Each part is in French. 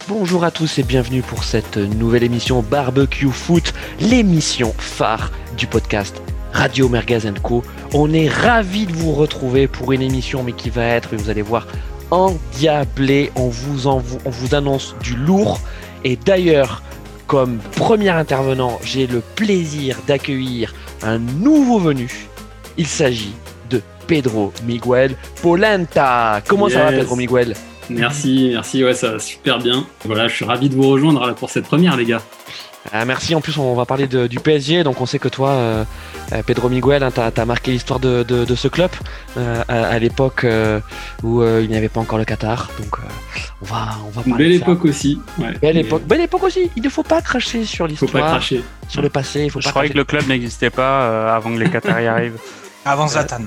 Bonjour à tous et bienvenue pour cette nouvelle émission Barbecue Foot, l'émission phare du podcast Radio Merguez & Co. On est ravis de vous retrouver pour une émission mais qui va être, vous allez voir, endiablée. On vous annonce du lourd. Et d'ailleurs, comme premier intervenant, j'ai le plaisir d'accueillir un nouveau venu. Il s'agit de Pedro Miguel Polenta. Comment ça va, Pedro Miguel ? Merci, ouais, ça va super bien. Voilà, je suis ravi de vous rejoindre pour cette première, les gars. Merci, en plus on va parler du PSG, donc on sait que toi, Pedro Miguel, hein, t'as marqué l'histoire de ce club à l'époque où il n'y avait pas encore le Qatar, donc on va parler belle de ça. Époque aussi. Ouais. Belle époque aussi, il ne faut pas cracher sur l'histoire, faut pas cracher. Sur le passé. Je croyais que le club n'existait pas avant que les Qataris arrivent. Avant Zlatan.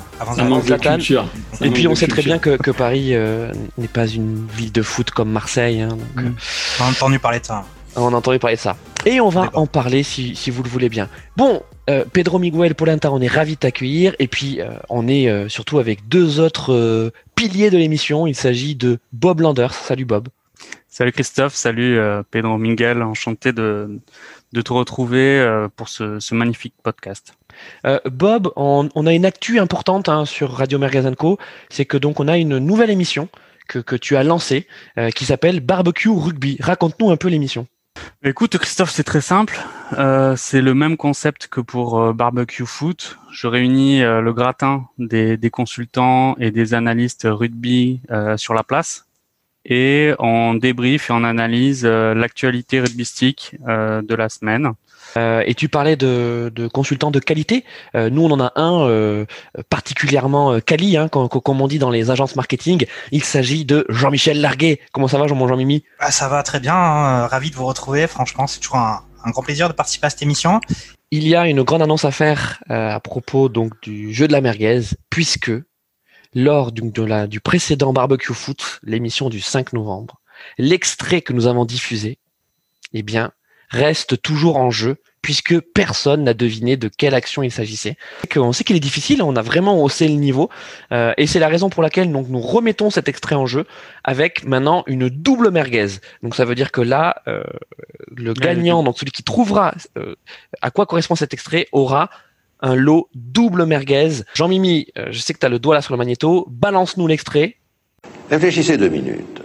Et puis on sait très bien que Paris n'est pas une ville de foot comme Marseille. Hein, donc, On a entendu parler de ça. On a entendu parler de ça. Et on va en parler si vous le voulez bien. Bon, Pedro Miguel Polenta, on est ravis de t'accueillir. Et puis on est surtout avec deux autres piliers de l'émission. Il s'agit de Bob Landers. Salut Bob. Salut Christophe, salut Pedro Miguel. Enchanté de te retrouver pour ce magnifique podcast. Bob, on a une actu importante sur Radio Merguez & Co. C'est que donc on a une nouvelle émission que tu as lancée qui s'appelle Barbecue Rugby. Raconte-nous un peu l'émission. Écoute Christophe, c'est très simple. C'est le même concept que pour Barbecue Foot. Je réunis le gratin des consultants et des analystes rugby sur la place. Et on débriefe et on analyse l'actualité rugbystique de la semaine. Et tu parlais de consultants de qualité. Nous, on en a un particulièrement quali, comme on dit dans les agences marketing. Il s'agit de Jean-Michel Larguet. Comment ça va, mon Jean-Mimi ? Ça va très bien. Ravi de vous retrouver. Franchement, c'est toujours un grand plaisir de participer à cette émission. Il y a une grande annonce à faire à propos donc du jeu de la merguez, puisque lors du précédent Barbecue Foot, l'émission du 5 novembre, l'extrait que nous avons diffusé, eh bien, reste toujours en jeu, puisque personne n'a deviné de quelle action il s'agissait. On sait qu'il est difficile, on a vraiment haussé le niveau, et c'est la raison pour laquelle donc, nous remettons cet extrait en jeu avec maintenant une double merguez. Donc ça veut dire que là, le gagnant, donc celui qui trouvera à quoi correspond cet extrait, aura un lot double merguez. Jean-Mimi, je sais que tu as le doigt là sur le magnéto, balance-nous l'extrait. Réfléchissez 2 minutes.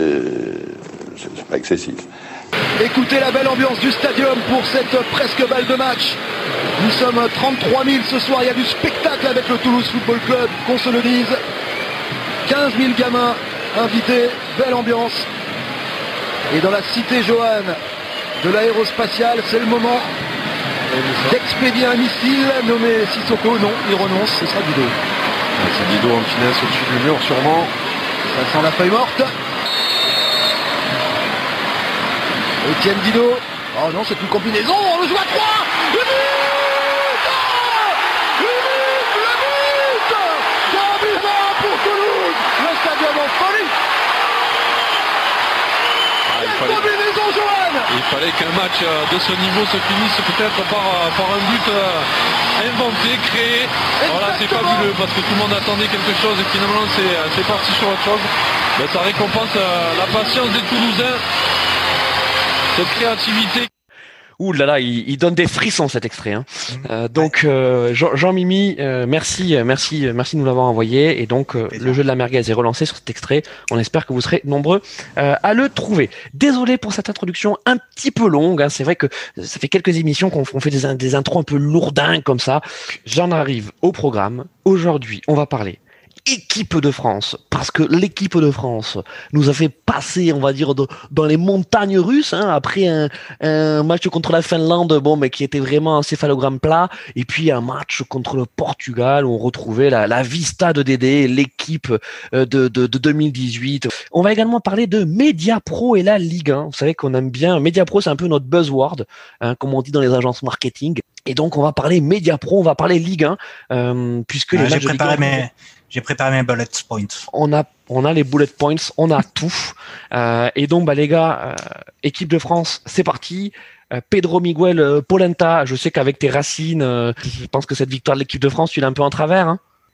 C'est pas excessif. Écoutez la belle ambiance du stadium pour cette presque balle de match. Nous sommes 33 000 ce soir, il y a du spectacle avec le Toulouse Football Club, qu'on se le dise. 15 000 gamins invités, belle ambiance. Et dans la cité Johan de l'aérospatiale, c'est le moment d'expédier un missile nommé Sissoko. Non, il renonce, ce sera Dido. C'est Dido en finesse au-dessus du mur sûrement. Ça sent la feuille morte. Etienne Dido. Oh non, c'est une combinaison. On le joue à 3. Le but. Le but. Gambizan pour Toulouse. Le stadium en folie. Combinaison, Johan. Il fallait qu'un match de ce niveau se finisse peut-être par un but inventé, créé. Voilà, c'est fabuleux parce que tout le monde attendait quelque chose et finalement c'est parti sur autre chose. Mais ça récompense la patience des Toulousains. Cette créativité. Ouh là là, il donne des frissons cet extrait. Donc Jean-Mimi, merci de nous l'avoir envoyé. Et donc le jeu de la merguez est relancé sur cet extrait. On espère que vous serez nombreux à le trouver. Désolé pour cette introduction un petit peu longue. C'est vrai que ça fait quelques émissions qu'on fait des intros un peu lourdingues comme ça. J'en arrive au programme. Aujourd'hui, on va parler équipe de France, parce que l'équipe de France nous a fait passer, on va dire, dans les montagnes russes, après un match contre la Finlande, mais qui était vraiment un céphalogramme plat, et puis un match contre le Portugal où on retrouvait la Vista de Dédé, l'équipe de 2018. On va également parler de Mediapro et la Ligue 1. Vous savez qu'on aime bien Mediapro, c'est un peu notre buzzword, comme on dit dans les agences marketing. Et donc on va parler Mediapro, on va parler Ligue 1, puisque les matchs de Ligue 1, j'ai préparé mes bullet points. On a les bullet points, on a tout. Et donc, les gars, équipe de France, c'est parti. Pedro Miguel Polenta, je sais qu'avec tes racines, je pense que cette victoire de l'équipe de France, tu l'as un peu en travers.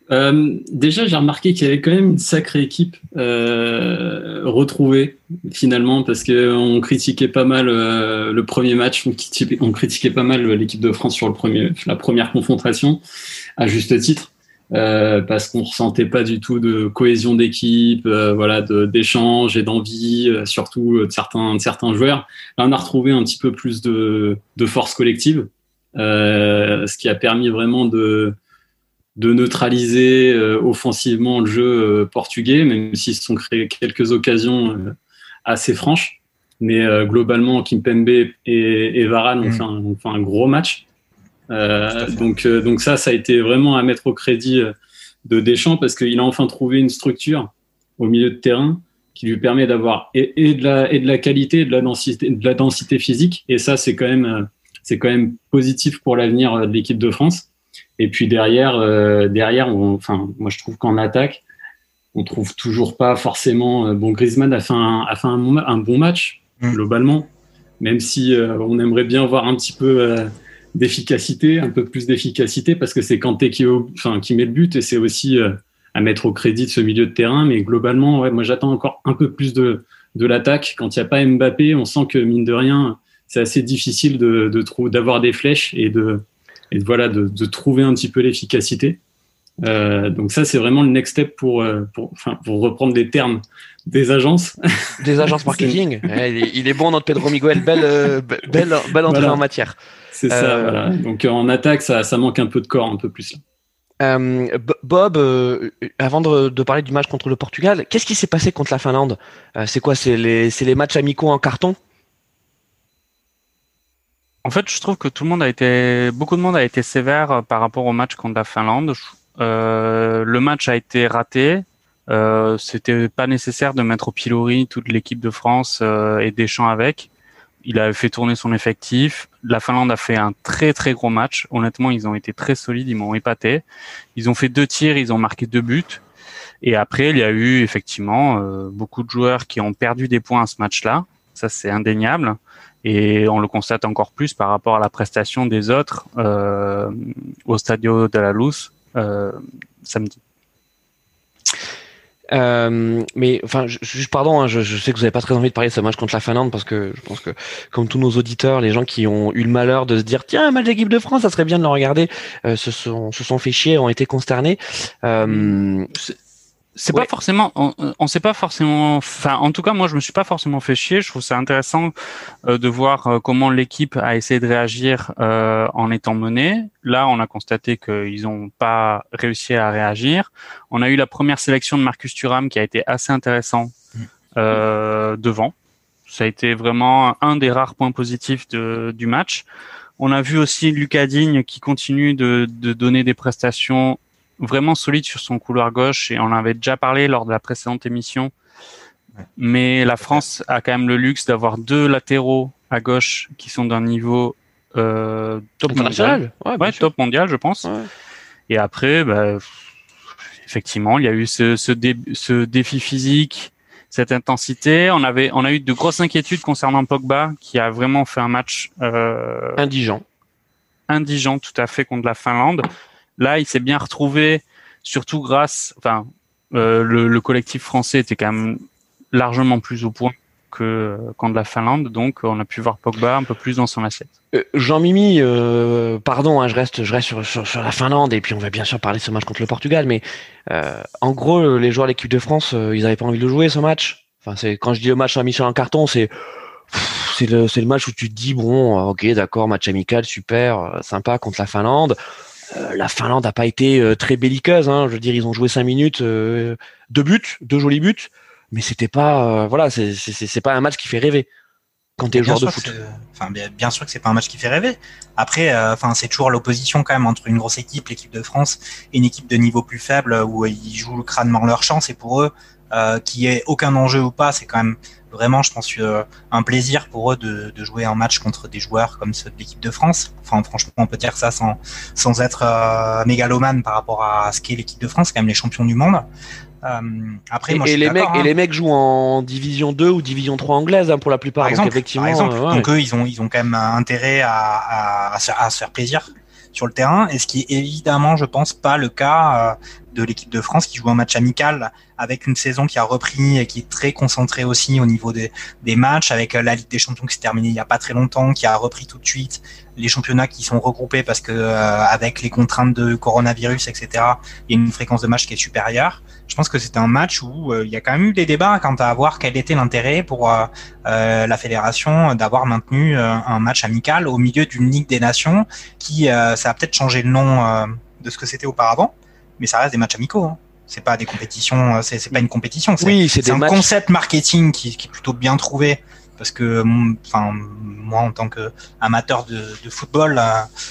Déjà, j'ai remarqué qu'il y avait quand même une sacrée équipe retrouvée finalement, parce que on critiquait pas mal le premier match, on critiquait pas mal l'équipe de France sur la première confrontation, à juste titre, parce qu'on ressentait pas du tout de cohésion d'équipe, voilà, d'échange et d'envie, surtout de certains joueurs. Là, on a retrouvé un petit peu plus de force collective, ce qui a permis vraiment de neutraliser offensivement le jeu portugais, même s'ils se sont créés quelques occasions assez franches. Mais globalement, Kimpembe et Varane ont fait un gros match. Donc ça a été vraiment à mettre au crédit de Deschamps, parce qu'il a enfin trouvé une structure au milieu de terrain qui lui permet d'avoir et de la qualité et de la densité physique. Et ça, c'est quand même positif pour l'avenir de l'équipe de France. Et puis derrière, moi je trouve qu'en attaque, on trouve toujours pas forcément. Griezmann a fait un bon match globalement, même si on aimerait bien voir un petit peu d'efficacité, un peu plus d'efficacité, parce que c'est Kanté qui met le but, et c'est aussi à mettre au crédit de ce milieu de terrain. Mais globalement, moi j'attends encore un peu plus de l'attaque. Quand il n'y a pas Mbappé, on sent que mine de rien, c'est assez difficile d'avoir des flèches et de trouver un petit peu l'efficacité. Donc ça, c'est vraiment le next step pour reprendre les termes des agences. Des agences marketing. Il est bon, notre Pedro Miguel, belle entrée en matière. C'est ça, voilà. Donc en attaque, ça manque un peu de corps, un peu plus là. Bob, avant de parler du match contre le Portugal, qu'est-ce qui s'est passé contre la Finlande? C'est quoi? C'est les matchs amicaux en carton? En fait, je trouve que beaucoup de monde a été sévère par rapport au match contre la Finlande. Le match a été raté. C'était pas nécessaire de mettre au pilori toute l'équipe de France et Deschamps avec. Il a fait tourner son effectif. La Finlande a fait un très très gros match. Honnêtement, ils ont été très solides, ils m'ont épaté. Ils ont fait 2 tirs, ils ont marqué 2 buts. Et après, il y a eu effectivement beaucoup de joueurs qui ont perdu des points à ce match-là. Ça, c'est indéniable. Et on le constate encore plus par rapport à la prestation des autres au Stadio de la Luz samedi. Mais enfin, juste pardon, je sais que vous n'avez pas très envie de parler de ce match contre la Finlande, parce que je pense que, comme tous nos auditeurs, les gens qui ont eu le malheur de se dire tiens, un match d'équipe de France, ça serait bien de le regarder, se sont fait chier, ont été consternés. C'est pas forcément, on sait pas forcément, enfin, en tout cas, moi, je me suis pas forcément fait chier. Je trouve ça intéressant de voir comment l'équipe a essayé de réagir en étant menée. Là, on a constaté qu'ils ont pas réussi à réagir. On a eu la première sélection de Marcus Thuram qui a été assez intéressant devant. Ça a été vraiment un des rares points positifs du match. On a vu aussi Lucas Digne qui continue de donner des prestations vraiment solide sur son couloir gauche, et on en avait déjà parlé lors de la précédente émission. Mais la France a quand même le luxe d'avoir 2 latéraux à gauche qui sont d'un niveau top mondial. Ouais, top mondial, je pense. Ouais. Et après, effectivement, il y a eu ce défi physique, cette intensité. On a eu de grosses inquiétudes concernant Pogba, qui a vraiment fait un match indigent, tout à fait, contre la Finlande. Là, il s'est bien retrouvé, surtout grâce, le collectif français était quand même largement plus au point que contre la Finlande, donc on a pu voir Pogba un peu plus dans son assiette. Jean-Mimi, pardon, je reste sur la Finlande, et puis on va bien sûr parler de ce match contre le Portugal, mais en gros, les joueurs de l'équipe de France, ils avaient pas envie de le jouer, ce match. Enfin, quand je dis le match à Michel en carton, c'est le match où tu te dis bon, ok, d'accord, match amical, super, sympa contre la Finlande. La Finlande n'a pas été très belliqueuse, hein. Je veux dire, ils ont joué 5 minutes, 2 jolis buts, mais c'était pas, c'est pas un match qui fait rêver quand t'es joueur de foot. Bien sûr que c'est pas un match qui fait rêver. Après, c'est toujours l'opposition quand même entre une grosse équipe, l'équipe de France, et une équipe de niveau plus faible où ils jouent crânement leur chance, et pour eux, qu'il y ait aucun enjeu ou pas, c'est quand même vraiment, je pense, un plaisir pour eux de jouer un match contre des joueurs comme ceux de l'équipe de France. Enfin, franchement, on peut dire ça sans être mégalomane par rapport à ce qu'est l'équipe de France, c'est quand même les champions du monde. Après, moi, les mecs jouent en division 2 ou division 3 anglaise, hein, pour la plupart. Par exemple. Ouais. Donc eux, ils ont quand même intérêt à se faire plaisir sur le terrain, et ce qui est évidemment, je pense, pas le cas de l'équipe de France qui joue un match amical avec une saison qui a repris et qui est très concentrée aussi au niveau des matchs, avec la Ligue des Champions qui s'est terminée il y a pas très longtemps, qui a repris tout de suite, les championnats qui sont regroupés parce que avec les contraintes de coronavirus, etc., il y a une fréquence de match qui est supérieure. Je pense que c'était un match où il y a quand même eu des débats quant à voir quel était l'intérêt pour la fédération d'avoir maintenu un match amical au milieu d'une Ligue des Nations qui, ça a peut-être changé le nom de ce que c'était auparavant, mais ça reste des matchs amicaux. Hein. C'est pas des compétitions, c'est pas une compétition. C'est un matchs... concept marketing qui est plutôt bien trouvé. Parce que, enfin, moi, en tant que amateur de football,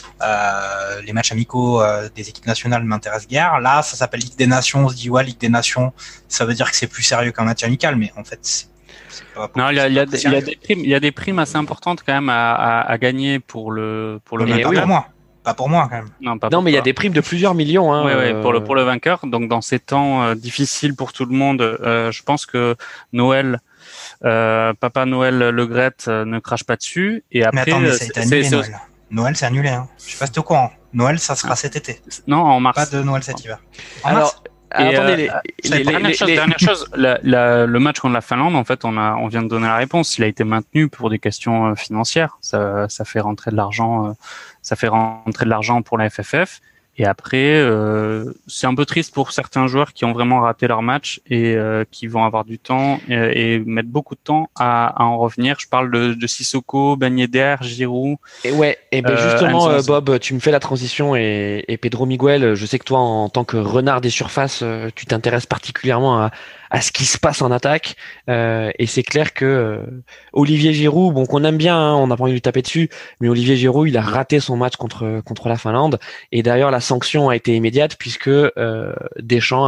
les matchs amicaux des équipes nationales m'intéressent guère. Là, ça s'appelle Ligue des Nations. On se dit, ouais, Ligue des Nations, ça veut dire que c'est plus sérieux qu'un match amical, mais en fait, c'est pas. Non, il y a des primes assez importantes quand même à gagner pour le vainqueur. Pas pour moi, quand même. Non, mais il y a des primes de plusieurs millions. Hein, oui, pour le vainqueur. Donc, dans ces temps difficiles pour tout le monde, je pense que Noël. Papa Noël Le Graët ne crache pas dessus. Et après, mais attends, mais c'est annulé, Noël. Noël, c'est annulé. Hein. Je sais pas si t'es au courant. Noël, ça sera cet été. Non, en mars. Pas de Noël cet hiver. Alors, attendez, dernière chose, le match contre la Finlande, en fait, on vient de donner la réponse. Il a été maintenu pour des questions financières. Ça fait rentrer de l'argent. Ça fait rentrer de l'argent pour la FFF. Et après, c'est un peu triste pour certains joueurs qui ont vraiment raté leur match et qui vont avoir du temps et mettre beaucoup de temps à en revenir. Je parle de Sissoko, Ben Yedder, Giroud. Et justement, Bob, tu me fais la transition et Pedro Miguel, je sais que toi, en tant que renard des surfaces, tu t'intéresses particulièrement à ce qui se passe en attaque. Et c'est clair que Olivier Giroud, bon, qu'on aime bien, hein, on n'a pas envie de lui taper dessus, mais Olivier Giroud, il a raté son match contre la Finlande. Et d'ailleurs, la sanction a été immédiate puisque Deschamps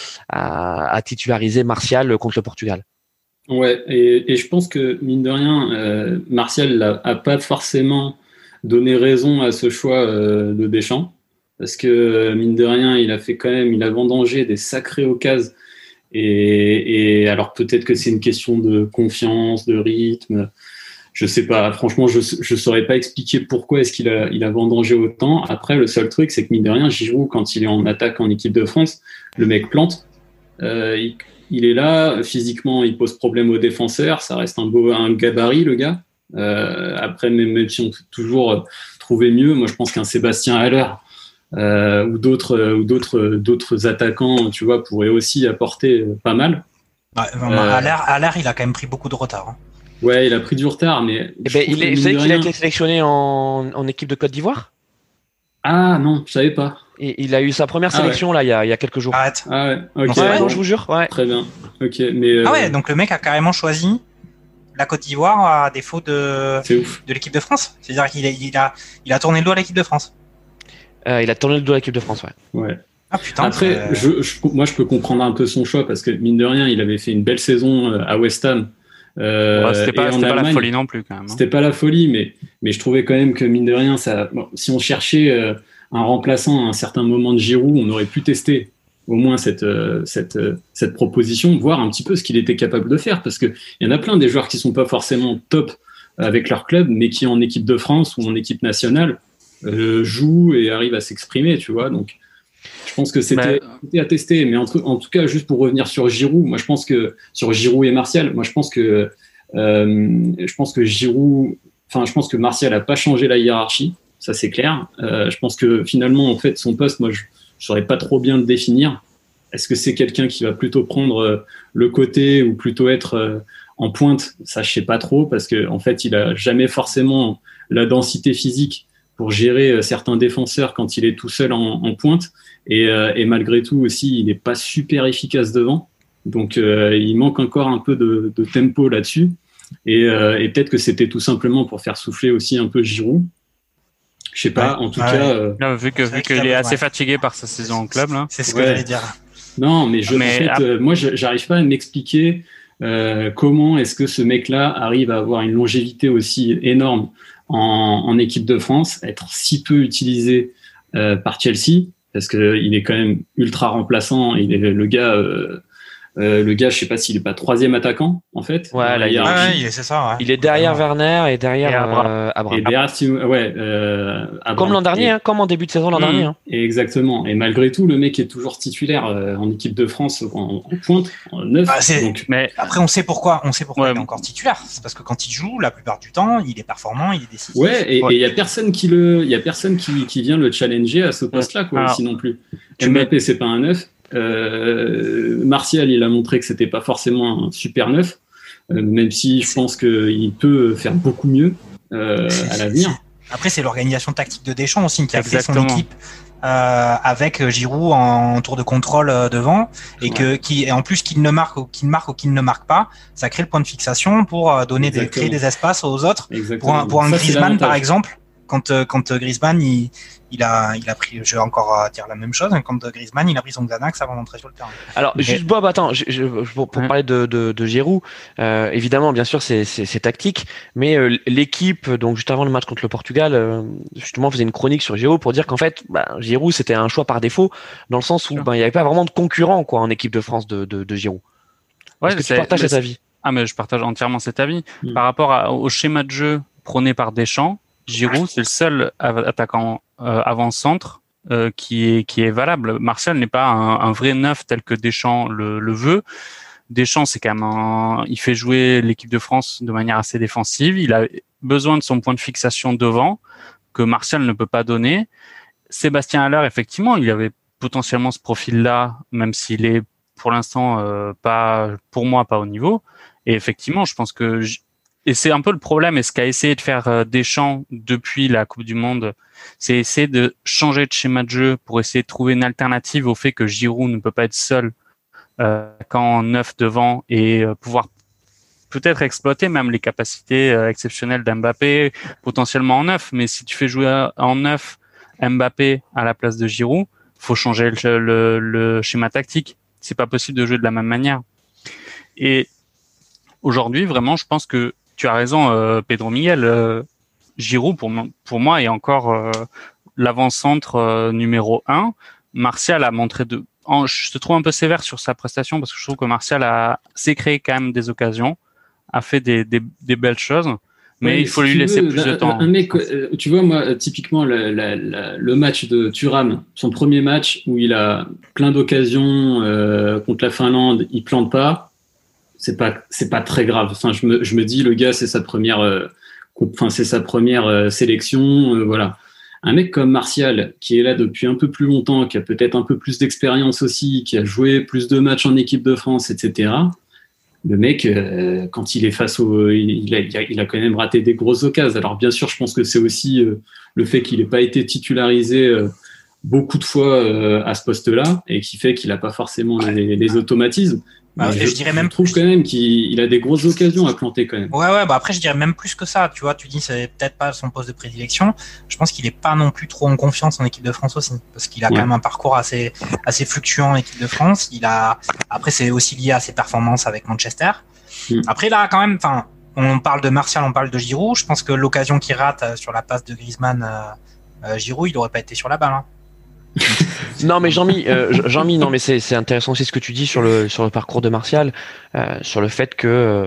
a titularisé Martial contre le Portugal. Ouais, et je pense que, mine de rien, Martial a pas forcément donné raison à ce choix de Deschamps. Parce que, mine de rien, il a vendangé des sacrées occasions. Et alors peut-être que c'est une question de confiance, de rythme, je sais pas. Franchement, je saurais pas expliquer pourquoi est-ce qu'il a vendangé autant. Après, le seul truc, c'est que mine de rien, Giroud, quand il est en attaque en équipe de France, le mec plante. Il est là, physiquement, il pose problème aux défenseurs. Ça reste un gabarit, le gars. Après, même si on peut toujours trouver mieux, moi je pense qu'un Sébastien Haller ou d'autres attaquants, tu vois, pourraient aussi apporter pas mal. Haller, il a quand même pris beaucoup de retard. Hein. Ouais, il a pris du retard, mais vous savez qu'il a été sélectionné en équipe de Côte d'Ivoire. Ah non, je savais pas. Et il a eu sa première sélection là il y a quelques jours. Arrête. Ah ouais, ok. Non, je vous jure. Ouais. Très bien. Ok, mais. Ah ouais, donc le mec a carrément choisi la Côte d'Ivoire à défaut de l'équipe de France. C'est-à-dire qu'il a tourné le dos à l'équipe de France. Il a tourné le dos à l'équipe de France, ouais. Ah putain. Après, moi je peux comprendre un peu son choix parce que mine de rien, il avait fait une belle saison à West Ham. C'était pas la folie non plus quand même. C'était pas la folie, mais je trouvais quand même que mine de rien, si on cherchait un remplaçant à un certain moment de Giroud, on aurait pu tester au moins cette proposition, voir un petit peu ce qu'il était capable de faire, parce que il y en a plein des joueurs qui sont pas forcément top avec leur club, mais qui en équipe de France ou en équipe nationale jouent et arrivent à s'exprimer, tu vois. Donc je pense que c'était à tester, mais en tout cas, juste pour revenir sur Giroud, moi je pense que sur Giroud et Martial, moi je pense que Giroud, enfin je pense que Martial a pas changé la hiérarchie, ça c'est clair. Je pense que finalement en fait son poste, moi je saurais pas trop bien le définir. Est-ce que c'est quelqu'un qui va plutôt prendre le côté ou plutôt être en pointe? Ça je sais pas trop, parce que en fait il a jamais forcément la densité physique pour gérer certains défenseurs quand il est tout seul en pointe, et malgré tout aussi il n'est pas super efficace devant, donc il manque encore un peu de tempo là-dessus, et peut-être que c'était tout simplement pour faire souffler aussi un peu Giroud, je sais pas, en tout cas vu qu'il est assez fatigué par sa saison en club là. C'est ce que j'allais dire. Non, mais moi j'arrive pas à m'expliquer comment est-ce que ce mec-là arrive à avoir une longévité aussi énorme en équipe de France, être si peu utilisé par Chelsea, parce que il est quand même ultra remplaçant. Le gars, Le gars, je sais pas s'il est pas troisième attaquant en fait. Ouais, là, c'est ça. Ouais. Il est derrière Werner et derrière Abraham. Et derrière, Comme l'an dernier, comme en début de saison l'an dernier. Exactement. Et malgré tout, le mec est toujours titulaire en équipe de France en pointe, en 9. Mais après, on sait pourquoi il est encore titulaire. C'est parce que quand il joue, la plupart du temps, il est performant, il est décisif. Ouais, et il y a personne qui vient le challenger à ce poste-là, quoi, aussi non plus. Mbappé, c'est pas un 9. Martial, il a montré que c'était pas forcément un super 9, même si je pense qu'il peut faire beaucoup mieux à l'avenir. Après, c'est l'organisation tactique de Deschamps aussi qui a fait son équipe avec Giroud en tour de contrôle devant et en plus qu'il marque ou qu'il ne marque pas, ça crée le point de fixation pour créer des espaces aux autres. Pour un Griezmann par exemple. Quand Griezmann il a pris, je vais encore dire la même chose, quand Griezmann il a pris son Xanax avant d'entrer sur le terrain. Alors juste Bob, attends, pour parler de Giroud, évidemment bien sûr c'est tactique, mais l'équipe donc juste avant le match contre le Portugal justement faisait une chronique sur Giroud pour dire qu'en fait Giroud c'était un choix par défaut dans le sens où il n'y avait pas vraiment de concurrent quoi en équipe de France de Giroud. Est-ce que tu partages cet avis? Mais je partage entièrement cet avis par rapport au schéma de jeu prôné par Deschamps. Giroud, c'est le seul attaquant avant-centre qui est valable. Martial n'est pas un vrai neuf tel que Deschamps le veut. Deschamps, c'est quand même il fait jouer l'équipe de France de manière assez défensive. Il a besoin de son point de fixation devant que Martial ne peut pas donner. Sébastien Haller, effectivement, il avait potentiellement ce profil-là, même s'il est pour l'instant pour moi pas au niveau. Et effectivement, je pense que et c'est un peu le problème, et ce qu'a essayé de faire Deschamps depuis la Coupe du Monde, c'est essayer de changer de schéma de jeu pour essayer de trouver une alternative au fait que Giroud ne peut pas être seul quand neuf devant et pouvoir peut-être exploiter même les capacités exceptionnelles d'Mbappé, potentiellement en neuf. Mais si tu fais jouer en neuf Mbappé à la place de Giroud, faut changer le schéma tactique. C'est pas possible de jouer de la même manière. Et aujourd'hui, vraiment, je pense que tu as raison, Pedro Miguel. Giroud, pour moi, est encore l'avant-centre numéro 1. Martial a montré je te trouve un peu sévère sur sa prestation parce que je trouve que Martial s'est créé quand même des occasions, a fait des belles choses, mais il faut lui laisser plus de temps. Un mec, tu vois, moi, typiquement, le match de Thuram, son premier match où il a plein d'occasions contre la Finlande, il plante pas. C'est pas très grave. Enfin, je me dis, le gars, c'est sa première sélection, voilà. Un mec comme Martial, qui est là depuis un peu plus longtemps, qui a peut-être un peu plus d'expérience aussi, qui a joué plus de matchs en équipe de France, etc. Le mec, quand il est il a quand même raté des grosses occasions. Alors bien sûr, je pense que c'est aussi le fait qu'il n'ait pas été titularisé beaucoup de fois à ce poste-là et qui fait qu'il n'a pas forcément les automatismes. Je trouve quand même qu'il a des grosses occasions à planter quand même. Ouais, après je dirais même plus que ça, tu vois, tu dis c'est peut-être pas son poste de prédilection. Je pense qu'il est pas non plus trop en confiance en équipe de France aussi, parce qu'il a quand même un parcours assez fluctuant en équipe de France. Après c'est aussi lié à ses performances avec Manchester. Après là quand même, enfin, on parle de Martial, on parle de Giroud. Je pense que l'occasion qu'il rate sur la passe de Griezmann, Giroud, il aurait pas été sur la balle. Non mais Jean-Mi, non mais c'est intéressant aussi ce que tu dis sur le parcours de Martial, sur le fait que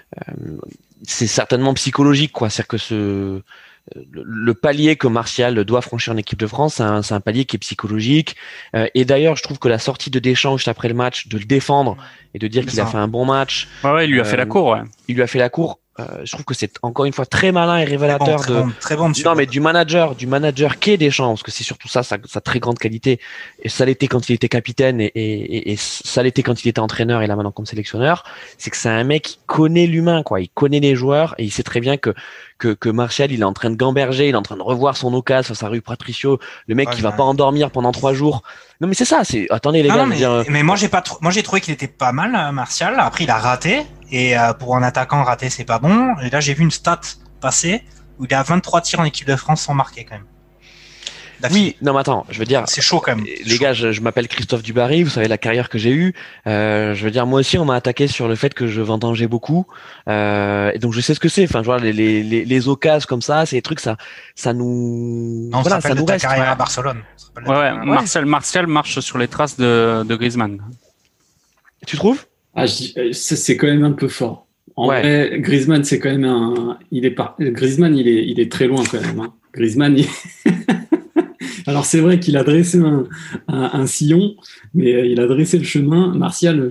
c'est certainement psychologique quoi, c'est-à-dire que le palier que Martial doit franchir en équipe de France, c'est un palier qui est psychologique. Et d'ailleurs, je trouve que la sortie de Deschamps juste après le match, de le défendre et de dire qu'il a fait un bon match. Ouais, il lui a fait la cour. Ouais. Il lui a fait la cour. Je trouve que c'est encore une fois très malin et révélateur très bon, mais du manager qu'est Deschamps, parce que c'est surtout ça sa très grande qualité, et ça l'était quand il était capitaine et ça l'était quand il était entraîneur et là maintenant comme sélectionneur, c'est que c'est un mec qui connaît l'humain quoi, il connaît les joueurs et il sait très bien que Martial il est en train de gamberger, il est en train de revoir son occasion face à Rui Patricio, le mec qui va pas endormir pendant 3 jours. Non mais c'est ça, attendez les gars. Mais moi j'ai trouvé qu'il était pas mal Martial. Après il a raté et pour un attaquant raté c'est pas bon. Et là j'ai vu une stat passer où il a 23 tirs en équipe de France sans marquer quand même. Oui, non mais attends, je veux dire, c'est chaud quand même. Les gars, je m'appelle Christophe Dubarry, vous savez la carrière que j'ai eue. Je veux dire, moi aussi on m'a attaqué sur le fait que je vendangeais beaucoup, et donc je sais ce que c'est. Enfin, je vois les occasions comme ça, c'est des trucs ça nous. Non, voilà, ça nous reste. Carrière à Barcelone. Ouais. Martial marche sur les traces de Griezmann. Tu trouves? C'est quand même un peu fort. En vrai, Griezmann, c'est quand même Griezmann, il est très loin quand même. Hein. Griezmann, alors c'est vrai qu'il a dressé un sillon, mais il a dressé le chemin. Martial,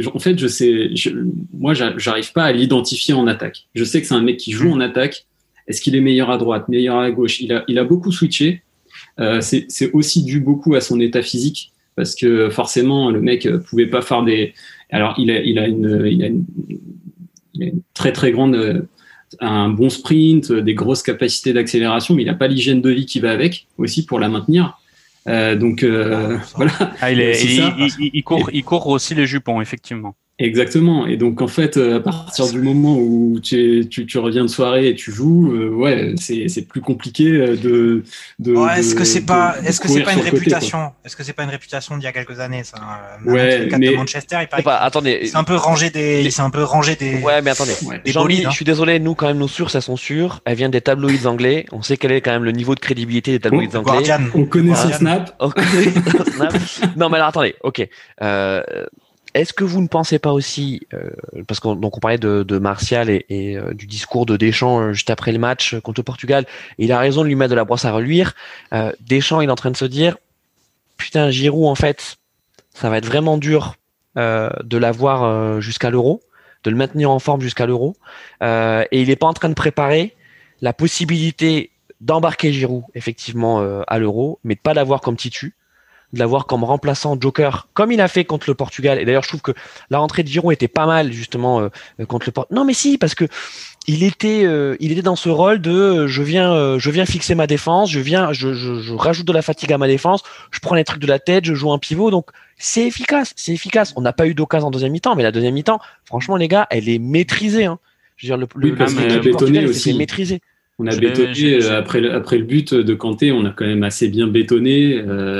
moi, j'arrive pas à l'identifier en attaque. Je sais que c'est un mec qui joue en attaque. Est-ce qu'il est meilleur à droite, meilleur à gauche? Il a beaucoup switché. C'est aussi dû beaucoup à son état physique, parce que forcément, le mec pouvait pas faire des. Alors, il a une très très grande. Un bon sprint, des grosses capacités d'accélération, mais il n'a pas l'hygiène de vie qui va avec aussi pour la maintenir. Voilà. Il court aussi les jupons, effectivement. Exactement. Et donc en fait, à partir du moment où tu reviens de soirée et tu joues, c'est plus compliqué de. Est-ce que c'est pas une réputation? Est-ce que c'est pas une réputation d'il y a quelques années, ça? Ouais, mais de Manchester, il paraît. Attendez. C'est un peu rangé des. Ouais, mais attendez. Jean-Mi, je suis désolé, nous quand même nos sources elles sont sûres. Elle vient des tabloïds anglais. On sait quel est quand même le niveau de crédibilité des tabloïds anglais. Guardian. On connaît son snap. Non, mais alors attendez. Ok. Est-ce que vous ne pensez pas aussi, parce qu'on parlait de Martial et du discours de Deschamps juste après le match contre le Portugal, et il a raison de lui mettre de la brosse à reluire. Deschamps, il est en train de se dire, putain, Giroud, en fait, ça va être vraiment dur de l'avoir jusqu'à l'Euro, de le maintenir en forme jusqu'à l'Euro, et il n'est pas en train de préparer la possibilité d'embarquer Giroud effectivement à l'Euro, mais de pas l'avoir comme titu, de l'avoir comme remplaçant joker, comme il a fait contre le Portugal. Et d'ailleurs, je trouve que la rentrée de Giroud était pas mal justement contre le Portugal. Non, mais si, parce que il était dans ce rôle de je viens fixer ma défense, je rajoute de la fatigue à ma défense, je prends les trucs de la tête, je joue un pivot, donc c'est efficace. On n'a pas eu d'occasion en deuxième mi-temps, mais la deuxième mi-temps, franchement les gars, elle est maîtrisée. Hein. Je veux dire, le Portugal aussi. C'est maîtrisé. On a bétonné après le but de Kanté, on a quand même assez bien bétonné.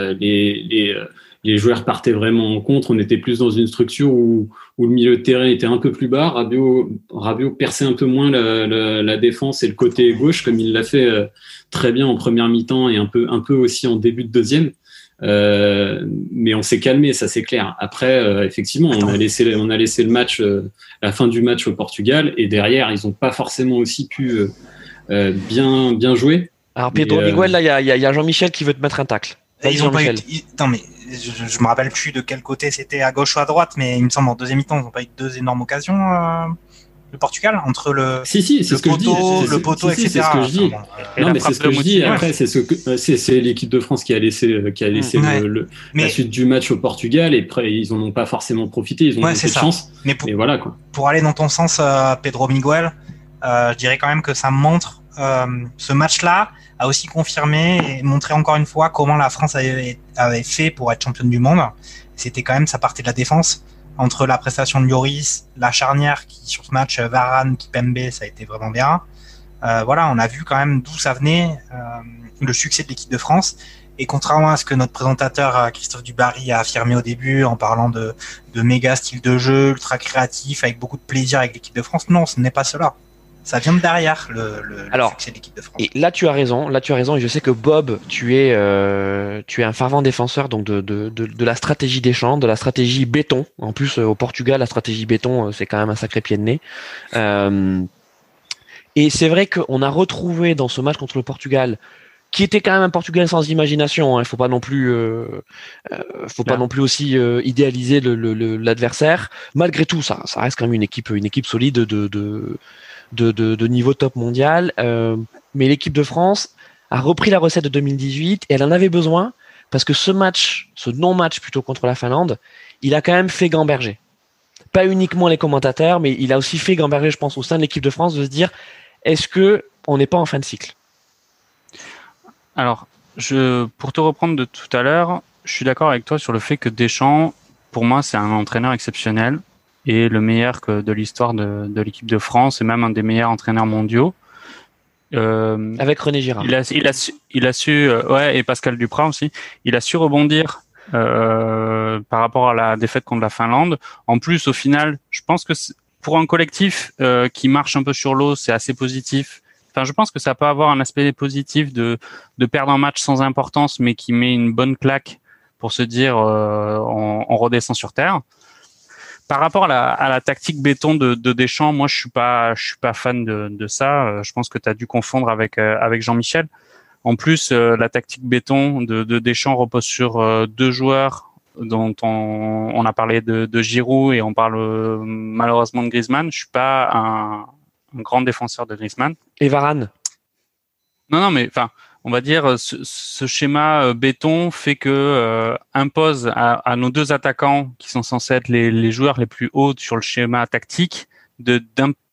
Les joueurs partaient vraiment en contre. On était plus dans une structure où le milieu de terrain était un peu plus bas. Rabiot perçait un peu moins la défense et le côté gauche, comme il l'a fait très bien en première mi-temps et un peu aussi en début de deuxième. Mais on s'est calmé, ça c'est clair. Après, effectivement, on a laissé le match, la fin du match au Portugal, et derrière, ils n'ont pas forcément aussi pu bien joué. Alors Pedro Miguel, là, il y a Jean-Michel qui veut te mettre un tacle. Ils ont pas eu. Non mais je me rappelle plus de quel côté c'était, à gauche ou à droite, mais il me semble en deuxième mi-temps, ils n'ont pas eu deux énormes occasions. Le Portugal entre le poteau, etc. C'est ce que je dis. Non, mais c'est ce que je dis. Après, c'est l'équipe de France qui a laissé la suite du match au Portugal, et après ils en ont pas forcément profité. Ils ont eu cette chance. Mais voilà quoi. Pour aller dans ton sens, Pedro Miguel, je dirais quand même que ça montre ce match-là a aussi confirmé et montré encore une fois comment la France avait fait pour être championne du monde. C'était quand même, ça partait de la défense. Entre la prestation de Lloris, la charnière qui sur ce match, Varane, Kipembe, ça a été vraiment bien. Voilà, on a vu quand même d'où ça venait, le succès de l'équipe de France. Et contrairement à ce que notre présentateur Christophe Dubarry a affirmé au début en parlant de méga style de jeu, ultra créatif, avec beaucoup de plaisir avec l'équipe de France, non, ce n'est pas cela. Ça vient de derrière le succès de l'équipe de France. Et là tu as raison, et je sais que Bob, tu es un fervent défenseur donc de la stratégie Deschamps, de la stratégie béton. En plus au Portugal, la stratégie béton, c'est quand même un sacré pied de nez. Et c'est vrai qu'on a retrouvé dans ce match contre le Portugal, qui était quand même un Portugal sans imagination, hein, il faut pas non plus aussi idéaliser l'adversaire. Malgré tout, ça reste quand même une équipe solide de niveau top mondial, mais l'équipe de France a repris la recette de 2018 et elle en avait besoin parce que ce non-match plutôt contre la Finlande, il a quand même fait gamberger. Pas uniquement les commentateurs, mais il a aussi fait gamberger, je pense, au sein de l'équipe de France, de se dire, est-ce que on n'est pas en fin de cycle? Alors, pour te reprendre de tout à l'heure, je suis d'accord avec toi sur le fait que Deschamps, pour moi, c'est un entraîneur exceptionnel et le meilleur de l'histoire de l'équipe de France et même un des meilleurs entraîneurs mondiaux. Avec René Girard. Il a su, et Pascal Duprat aussi. Il a su rebondir par rapport à la défaite contre la Finlande. En plus, au final, je pense que pour un collectif qui marche un peu sur l'eau, c'est assez positif. Enfin, je pense que ça peut avoir un aspect positif de perdre un match sans importance, mais qui met une bonne claque pour se dire on redescend sur terre. par rapport à la tactique béton de Deschamps, moi je suis pas fan de ça. Je pense que tu as dû confondre avec Jean-Michel. En plus, la tactique béton de Deschamps repose sur deux joueurs dont on a parlé de Giroud et on parle malheureusement de Griezmann. Je suis pas un grand défenseur de Griezmann. Et Varane. Non, mais enfin, on va dire ce schéma béton fait que impose à nos deux attaquants qui sont censés être les joueurs les plus hauts sur le schéma tactique de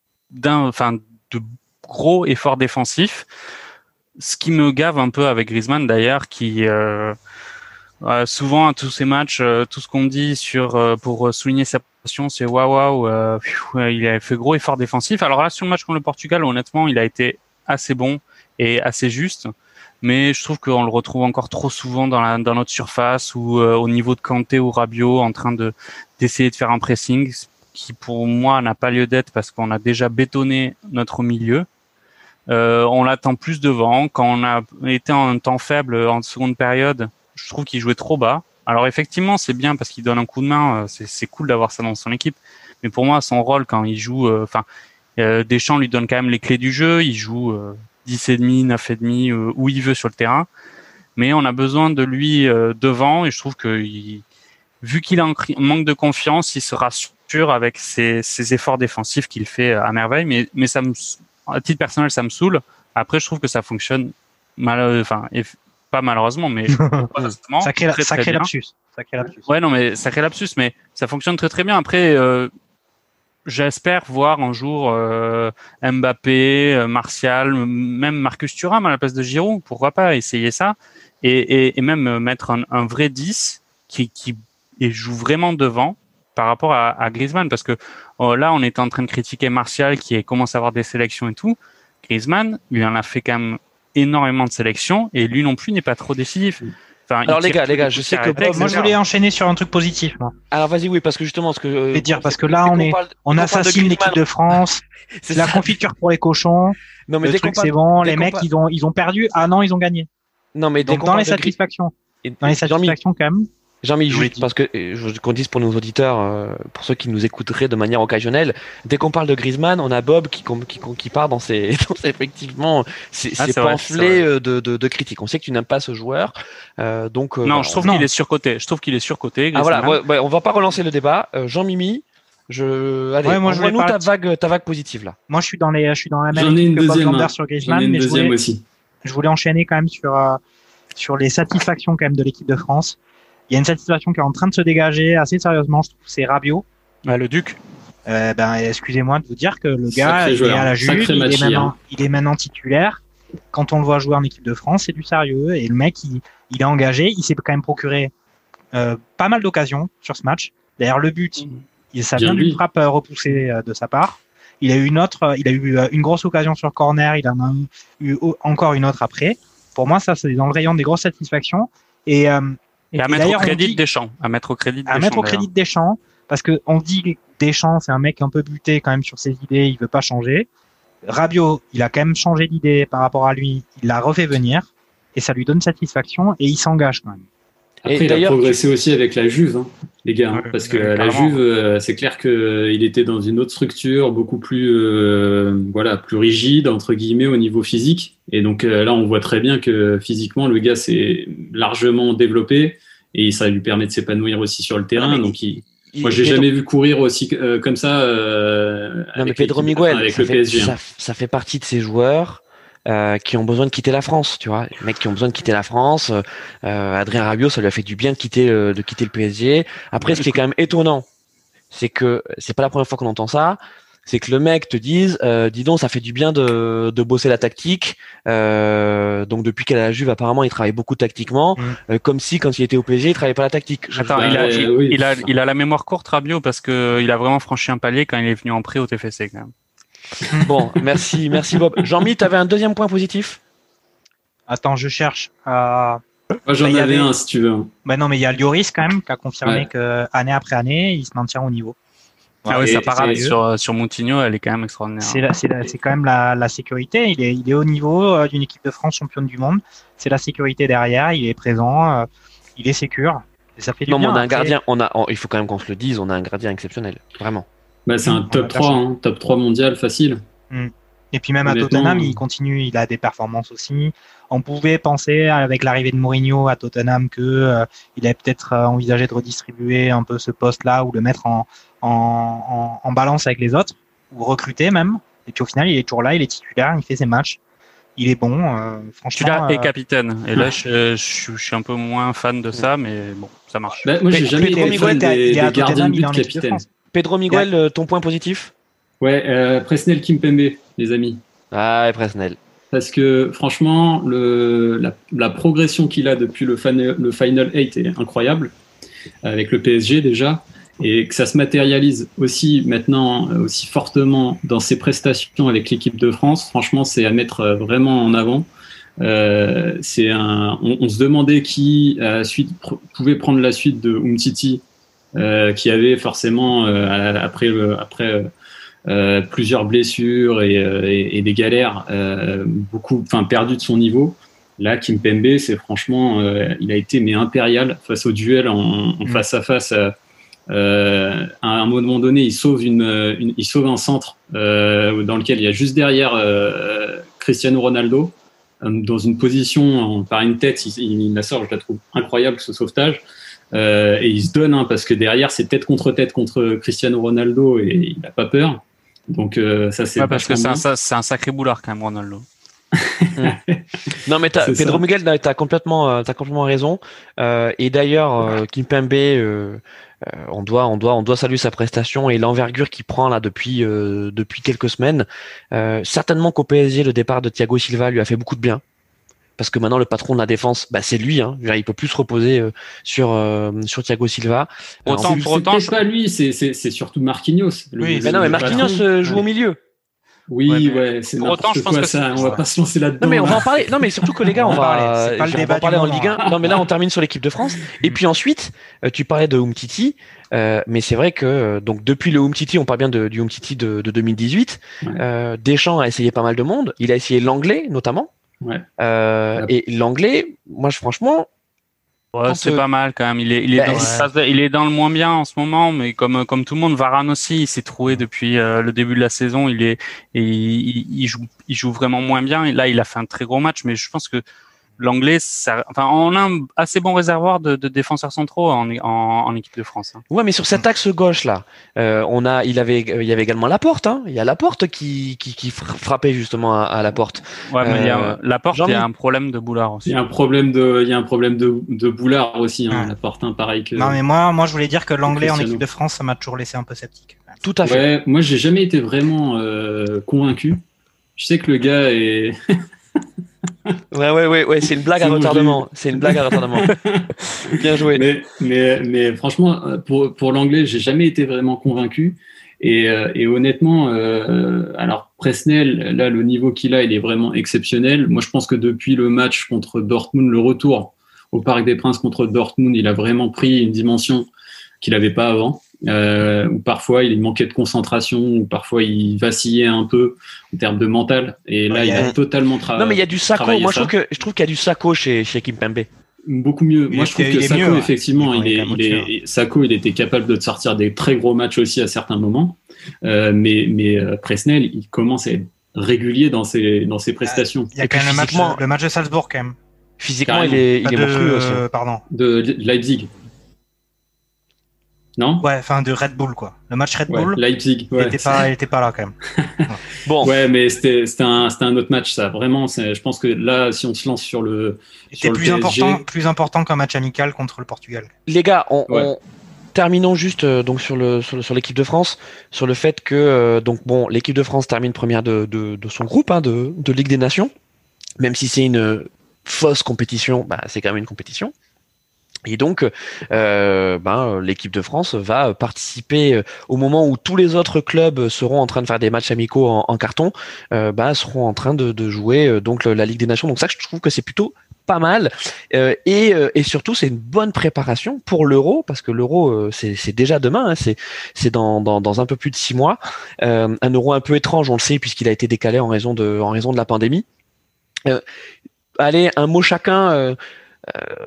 gros efforts défensifs. Ce qui me gave un peu avec Griezmann d'ailleurs, qui souvent à tous ces matchs, tout ce qu'on dit pour souligner sa prestation, c'est waouh, il a fait gros efforts défensifs. Alors là, sur le match contre le Portugal, honnêtement, il a été assez bon et assez juste, mais je trouve qu'on le retrouve encore trop souvent dans notre surface ou au niveau de Kanté ou Rabiot en train d'essayer de faire un pressing qui pour moi n'a pas lieu d'être parce qu'on a déjà bétonné notre milieu. On l'attend plus devant. Quand on a été en temps faible en seconde période, je trouve qu'il jouait trop bas. Alors effectivement, c'est bien parce qu'il donne un coup de main. C'est cool d'avoir ça dans son équipe. Mais pour moi, son rôle quand il joue, Deschamps lui donne quand même les clés du jeu. Il joue 10,5, 9,5 où il veut sur le terrain. Mais on a besoin de lui devant. Et je trouve que vu qu'il a un manque de confiance, il sera sûr avec ses efforts défensifs qu'il fait à merveille. Mais ça à titre personnel, ça me saoule. Après, je trouve que ça fonctionne pas malheureusement, mais sacré lapsus. Ouais, non, mais sacré lapsus, mais ça fonctionne très très bien. Après, j'espère voir un jour Mbappé, Martial, même Marcus Thuram à la place de Giroud. Pourquoi pas essayer ça et même mettre un vrai 10 qui joue vraiment devant par rapport à Griezmann, parce que là, on est en train de critiquer Martial qui commence à avoir des sélections et tout. Griezmann, il en a fait quand même énormément de sélections et lui non plus n'est pas trop décisif. Enfin, alors les gars, je sais que Bob, moi je voulais enchaîner sur un truc positif. Moi. Alors vas-y, oui, parce que justement, parce que là on assassine l'équipe de France. C'est la confiture pour les cochons. Non mais c'est bon, les mecs ils ont perdu. Ah non, ils ont gagné. Non mais donc dans les satisfactions, quand même. Jean-Mi, juste parce que qu'on dise pour nos auditeurs, pour ceux qui nous écouteraient de manière occasionnelle, dès qu'on parle de Griezmann, on a Bob qui part dans ses effectivement ses pamphlets de critiques. On sait que tu n'aimes pas ce joueur, donc non, je trouve qu'il est surcoté. Je trouve qu'il est surcoté. Ah voilà, ouais, on va pas relancer le débat. Jean-Mimi, envoie-nous ta vague positive là. Moi, je suis dans la même que Bob Lambert sur Griezmann, mais je voulais enchaîner quand même sur les satisfactions quand même de l'équipe de France. Il y a une satisfaction qui est en train de se dégager assez sérieusement, je trouve, c'est Rabiot. Le Duc. Excusez-moi de vous dire que le gars, il est à la Juve, il est maintenant titulaire. Quand on le voit jouer en équipe de France, c'est du sérieux. Et le mec, il est engagé, il s'est quand même procuré pas mal d'occasions sur ce match. D'ailleurs, le but, ça vient d'une frappe repoussée de sa part. Il a eu une grosse occasion sur corner, il en a eu encore une autre après. Pour moi, ça, c'est dans le rayon des grosses satisfactions. Et à mettre au crédit de Deschamps. À mettre au crédit de Deschamps, parce que on dit que Deschamps, c'est un mec un peu buté quand même sur ses idées, il veut pas changer. Rabiot, il a quand même changé d'idée par rapport à lui, il l'a refait venir, et ça lui donne satisfaction, et il s'engage quand même. Après, il a progressé aussi avec la Juve, les gars, parce que la Juve, c'est clair qu'il était dans une autre structure, beaucoup plus, plus rigide, entre guillemets, au niveau physique. Et donc là, on voit très bien que physiquement, le gars s'est largement développé et ça lui permet de s'épanouir aussi sur le terrain. Donc, moi, j'ai jamais vu courir aussi comme ça avec Pedro Miguel, avec le PSG. Ça fait partie de ces joueurs qui ont besoin de quitter la France, tu vois, les mecs qui ont besoin de quitter la France. Adrien Rabiot, ça lui a fait du bien de quitter le PSG. Après, ce qui est quand même étonnant, c'est que c'est pas la première fois qu'on entend ça. C'est que le mec te dise, dis donc, ça fait du bien de bosser la tactique. Donc depuis qu'elle est à la Juve, apparemment, il travaille beaucoup tactiquement, comme si quand il était au PSG, il travaillait pas la tactique. Il a la mémoire courte, Rabiot, parce que il a vraiment franchi un palier quand il est venu en prêt au TFC quand même. Bon, merci Bob. Jean-Mi, t'avais un deuxième point positif? Attends, je cherche. Moi, j'en avais un, si tu veux. Non, mais il y a Lloris quand même qui a confirmé que année après année, il se maintient au niveau. Sa parade sur Moutinho, elle est quand même extraordinaire. C'est quand même la sécurité. Il est au niveau d'une équipe de France championne du monde. C'est la sécurité derrière. Il est présent. Il est sécure. Et ça fait du Non, mais bien. on a un Après, gardien, il faut quand même qu'on se le dise, on a un gardien exceptionnel, vraiment. Bah, c'est un top 3, hein, top 3 mondial facile. Et puis même à Honnêtement, Tottenham, il continue, il a des performances aussi. On pouvait penser avec l'arrivée de Mourinho à Tottenham que il avait peut-être envisagé de redistribuer un peu ce poste-là ou le mettre en balance avec les autres ou recruter même. Et puis au final, il est toujours là, il est titulaire, il fait ses matchs, il est bon. Franchement. Titulaire et capitaine. Et là, je suis un peu moins fan de ça, mais bon, ça marche. Bah, moi, j'ai jamais Pedro été fan Miguel, des il est à gardiens Tottenham, de il est but en équipe de capitaine. France. Pedro Miguel, ton point positif? Ouais, Presnel Kimpembe, les amis. Ah, et Presnel. Parce que franchement, la progression qu'il a depuis le Final 8 est incroyable, avec le PSG déjà, et que ça se matérialise aussi maintenant, aussi fortement dans ses prestations avec l'équipe de France. Franchement, c'est à mettre vraiment en avant. On se demandait qui pouvait prendre la suite de Umtiti, qui avait forcément, après plusieurs blessures et des galères, perdu de son niveau. Là, Kimpembe, c'est franchement, il a été impérial face au duel en face à face. À un moment donné, il sauve un centre dans lequel il y a juste derrière Cristiano Ronaldo dans une position par une tête. Il la sort, je la trouve incroyable ce sauvetage. Et il se donne parce que derrière c'est tête contre Cristiano Ronaldo et il n'a pas peur. Donc ça c'est parce que c'est un sacré boulard quand même, Ronaldo. Non mais Pedro Miguel, t'as complètement raison. Et d'ailleurs, Kimpembe, on doit saluer sa prestation et l'envergure qu'il prend là depuis quelques semaines. Certainement qu'au PSG, le départ de Thiago Silva lui a fait beaucoup de bien. Parce que maintenant le patron de la défense, c'est lui. Il peut plus se reposer sur Thiago Silva. Pour autant, c'est pas lui, c'est surtout Marquinhos. Mais Marquinhos joue au milieu. Oui, c'est n'importe quoi ça. On va pas se lancer là-dedans. Non mais on va en parler. Non mais surtout que les gars, on va parler en Ligue 1. Non mais là on termine sur l'équipe de France. Et puis ensuite, tu parlais de Umtiti, mais c'est vrai que donc depuis le Umtiti, on parle bien du Umtiti de 2018. Ouais. Deschamps a essayé pas mal de monde. Il a essayé l'anglais notamment. Ouais. Et l'anglais, moi franchement, c'est pas mal quand même. Il est dans le moins bien en ce moment, mais comme tout le monde, Varane aussi, il s'est trouvé depuis le début de la saison. Il joue vraiment moins bien. Et là, il a fait un très gros match, mais je pense que l'anglais, on a un assez bon réservoir de défenseurs centraux en équipe de France. Ouais, mais sur cet axe gauche là, il y avait également Laporte. Il y a Laporte qui frappait justement à Laporte. Ouais, mais il y a Laporte, il y a un problème de boulard aussi. Il y a un problème de boulard aussi, Laporte, pareil que. Non, mais moi, je voulais dire que l'anglais en équipe de France, ça m'a toujours laissé un peu sceptique. Tout à fait. Ouais, moi, j'ai jamais été vraiment convaincu. Je sais que le gars est. Ouais, c'est une blague à retardement. Bien joué. Mais franchement, pour l'anglais, j'ai jamais été vraiment convaincu. Et honnêtement, alors Presnel, là, le niveau qu'il a, il est vraiment exceptionnel. Moi, je pense que depuis le match contre Dortmund, le retour au Parc des Princes contre Dortmund, il a vraiment pris une dimension qu'il n'avait pas avant. Où parfois il manquait de concentration, ou parfois il vacillait un peu en termes de mental. Et là, il a totalement travaillé. Non, mais il y a du Sakho. Moi, je trouve qu'il y a du Sakho chez Kimpembe. Beaucoup mieux. Moi, je trouve que Sakho, effectivement, Sakho, il était capable de sortir des très gros matchs aussi à certains moments. Mais Presnel, il commence à être régulier dans ses prestations. Il y a quand même le match de Salzbourg, quand même. Physiquement, il est monstrueux aussi. Pardon. De Leipzig. Non ? Ouais, de Red Bull, quoi. Le match Red Bull. Leipzig. Il était pas là, quand même. Bon. Ouais, mais c'était un autre match, ça. Vraiment, je pense que là, si on se lance sur le. C'était plus important qu'un match amical contre le Portugal. Les gars, terminons juste donc sur l'équipe de France, sur le fait que l'équipe de France termine première de son groupe de Ligue des Nations, même si c'est une fausse compétition, c'est quand même une compétition. Et donc, l'équipe de France va participer au moment où tous les autres clubs seront en train de faire des matchs amicaux en carton, seront en train de jouer donc la Ligue des Nations. Donc ça, je trouve que c'est plutôt pas mal. Et surtout, c'est une bonne préparation pour l'Euro, parce que l'Euro, c'est déjà demain. C'est dans un peu plus de 6 mois. Un Euro un peu étrange, on le sait, puisqu'il a été décalé en raison de la pandémie. Allez, un mot chacun.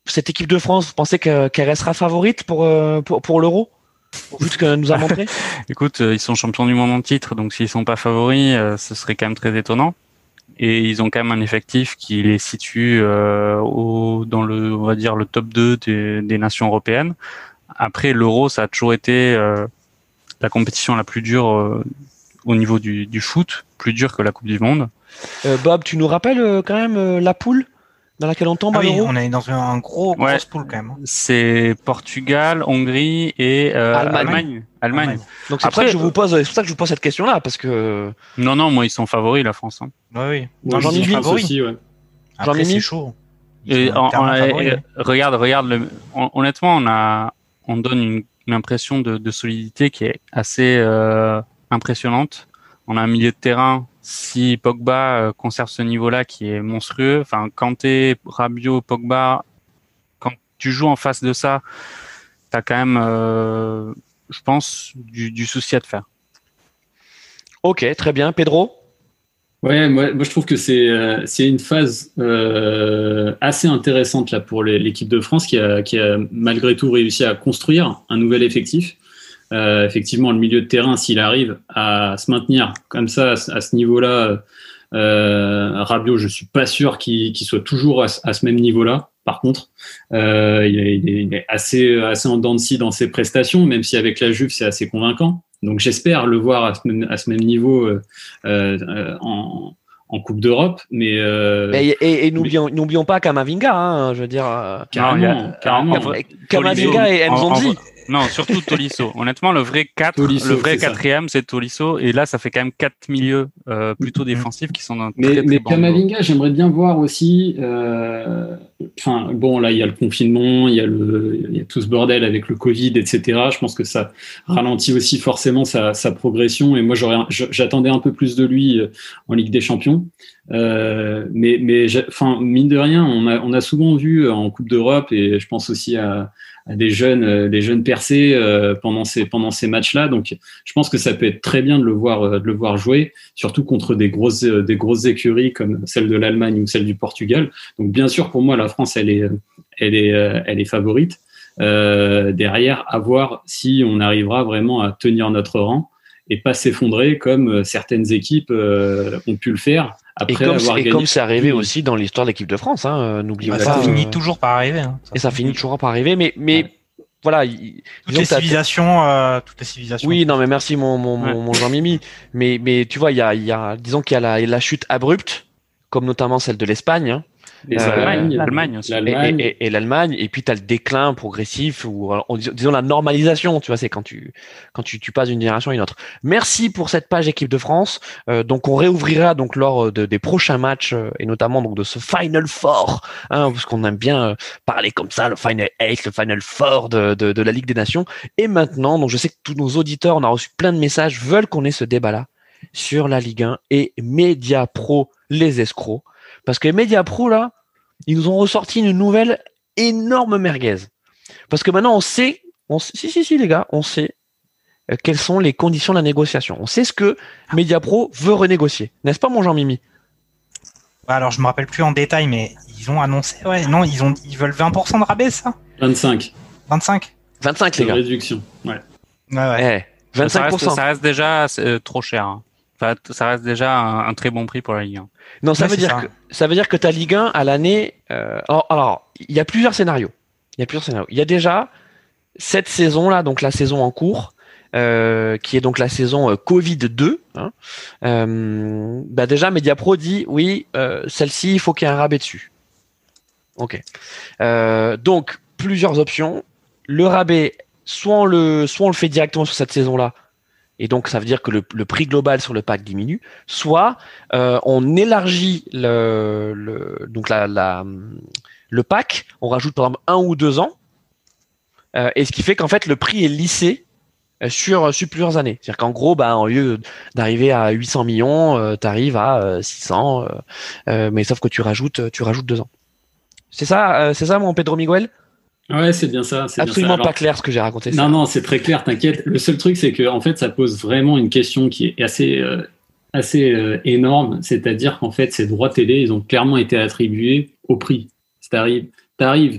cette équipe de France, vous pensez qu'elle restera favorite pour l'Euro, vu ce qu'elle nous a montré? Écoute, ils sont champions du monde en titre, donc s'ils sont pas favoris, ce serait quand même très étonnant. Et ils ont quand même un effectif qui les situe dans le, on va dire, le top 2 des nations européennes. Après, l'Euro, ça a toujours été la compétition la plus dure au niveau du foot, plus dure que la Coupe du Monde. Bob, tu nous rappelles quand même la poule dans laquelle on tombe à oui, l'Euro? on est dans un grosse poule quand même. C'est Portugal, Hongrie et Allemagne. Donc c'est pour ça que je vous pose cette question-là, parce que non, moi ils sont favoris, la France. Hein. Oui. Jean-Mimi favoris aussi, ouais. Après, c'est chaud. Regarde. Honnêtement, on donne une impression de solidité qui est assez impressionnante. On a un milieu de terrain. Si Pogba conserve ce niveau-là qui est monstrueux, enfin Kanté, Rabiot, Pogba, quand tu joues en face de ça, t'as quand même, je pense, du souci à te faire. Ok, très bien. Pedro? Ouais, moi je trouve que c'est une phase assez intéressante là pour l'équipe de France qui a malgré tout réussi à construire un nouvel effectif. Effectivement, le milieu de terrain, s'il arrive à se maintenir comme ça à ce niveau-là, Rabiot, je suis pas sûr qu'il soit toujours à ce même niveau-là. Par contre, il est assez en dents de scie dans ses prestations, même si avec la Juve c'est assez convaincant. Donc j'espère le voir à ce même niveau en Coupe d'Europe, et n'oublions pas Kamavinga, hein, je veux dire. Carrément. Kamavinga et Nzonzi. Non, surtout Tolisso. Honnêtement, le vrai quatrième, c'est Tolisso. Et là, ça fait quand même 4 milieux plutôt défensifs qui sont dans très bon Kamavinga, niveau. J'aimerais bien voir aussi. Bon, là, il y a le confinement, il y a tout ce bordel avec le Covid, etc. Je pense que ça ralentit aussi forcément sa progression. Et moi, j'attendais un peu plus de lui en Ligue des Champions. Mais mine de rien, on a souvent vu en Coupe d'Europe, et je pense aussi à des jeunes percés pendant ces matchs-là. Donc, je pense que ça peut être très bien de le voir jouer, surtout contre des grosses écuries comme celle de l'Allemagne ou celle du Portugal. Donc, bien sûr, pour moi, la France, elle est favorite. Derrière, à voir si on arrivera vraiment à tenir notre rang et pas s'effondrer comme certaines équipes ont pu le faire. Après comme c'est arrivé aussi dans l'histoire de l'équipe de France, hein, n'oublions pas. Ça finit toujours par arriver. Hein. Ça finit toujours par arriver, mais voilà. Toutes les civilisations. Oui, non, mais merci mon Jean-Mimi. Mais tu vois, disons qu'il y a la chute abrupte, comme notamment celle de l'Espagne. Hein. L'Allemagne aussi. Et l'Allemagne, et puis tu as le déclin progressif, ou disons la normalisation, tu vois, c'est quand tu passes d'une génération à une autre. Merci pour cette page équipe de France. Donc on réouvrira donc lors des prochains matchs, et notamment donc de ce Final Four, hein, parce qu'on aime bien parler comme ça, le Final 8, le Final Four de la Ligue des Nations. Et maintenant, donc je sais que tous nos auditeurs, on a reçu plein de messages, veulent qu'on ait ce débat-là sur la Ligue 1 et Mediapro, les escrocs. Parce que les Mediapro, là, ils nous ont ressorti une nouvelle énorme merguez. Parce que maintenant, on sait, les gars, on sait quelles sont les conditions de la négociation. On sait ce que Mediapro veut renégocier. N'est-ce pas, mon Jean-Mimi? Alors, je me rappelle plus en détail, mais ils ont annoncé, ils veulent 20% de rabais, ça? 25, 25, les gars. Réduction, ouais. 25%. Ça reste déjà trop cher. Hein. Enfin, ça reste déjà un très bon prix pour la Ligue 1. Non, ça veut dire que ta Ligue 1 à l'année. Alors, il y a plusieurs scénarios. Il y a déjà cette saison-là, donc la saison en cours, qui est donc la saison Covid 2. Hein, déjà, Mediapro dit oui, celle-ci, il faut qu'il y ait un rabais dessus. Ok. Donc plusieurs options. Le rabais, soit on le fait directement sur cette saison-là. Et donc, ça veut dire que le prix global sur le pack diminue. Soit on élargit le pack, on rajoute par exemple 1 ou 2 ans, et ce qui fait qu'en fait le prix est lissé sur plusieurs années. C'est-à-dire qu'en gros, au lieu d'arriver à 800 millions, tu arrives à 600, mais sauf que tu rajoutes 2 ans. C'est ça, mon Pedro Miguel? Ouais, c'est bien ça. Absolument pas clair ce que j'ai raconté. Non, c'est très clair, t'inquiète. Le seul truc, c'est que en fait, ça pose vraiment une question qui est assez énorme. C'est-à-dire qu'en fait, ces droits télé, ils ont clairement été attribués au prix. T'arrives,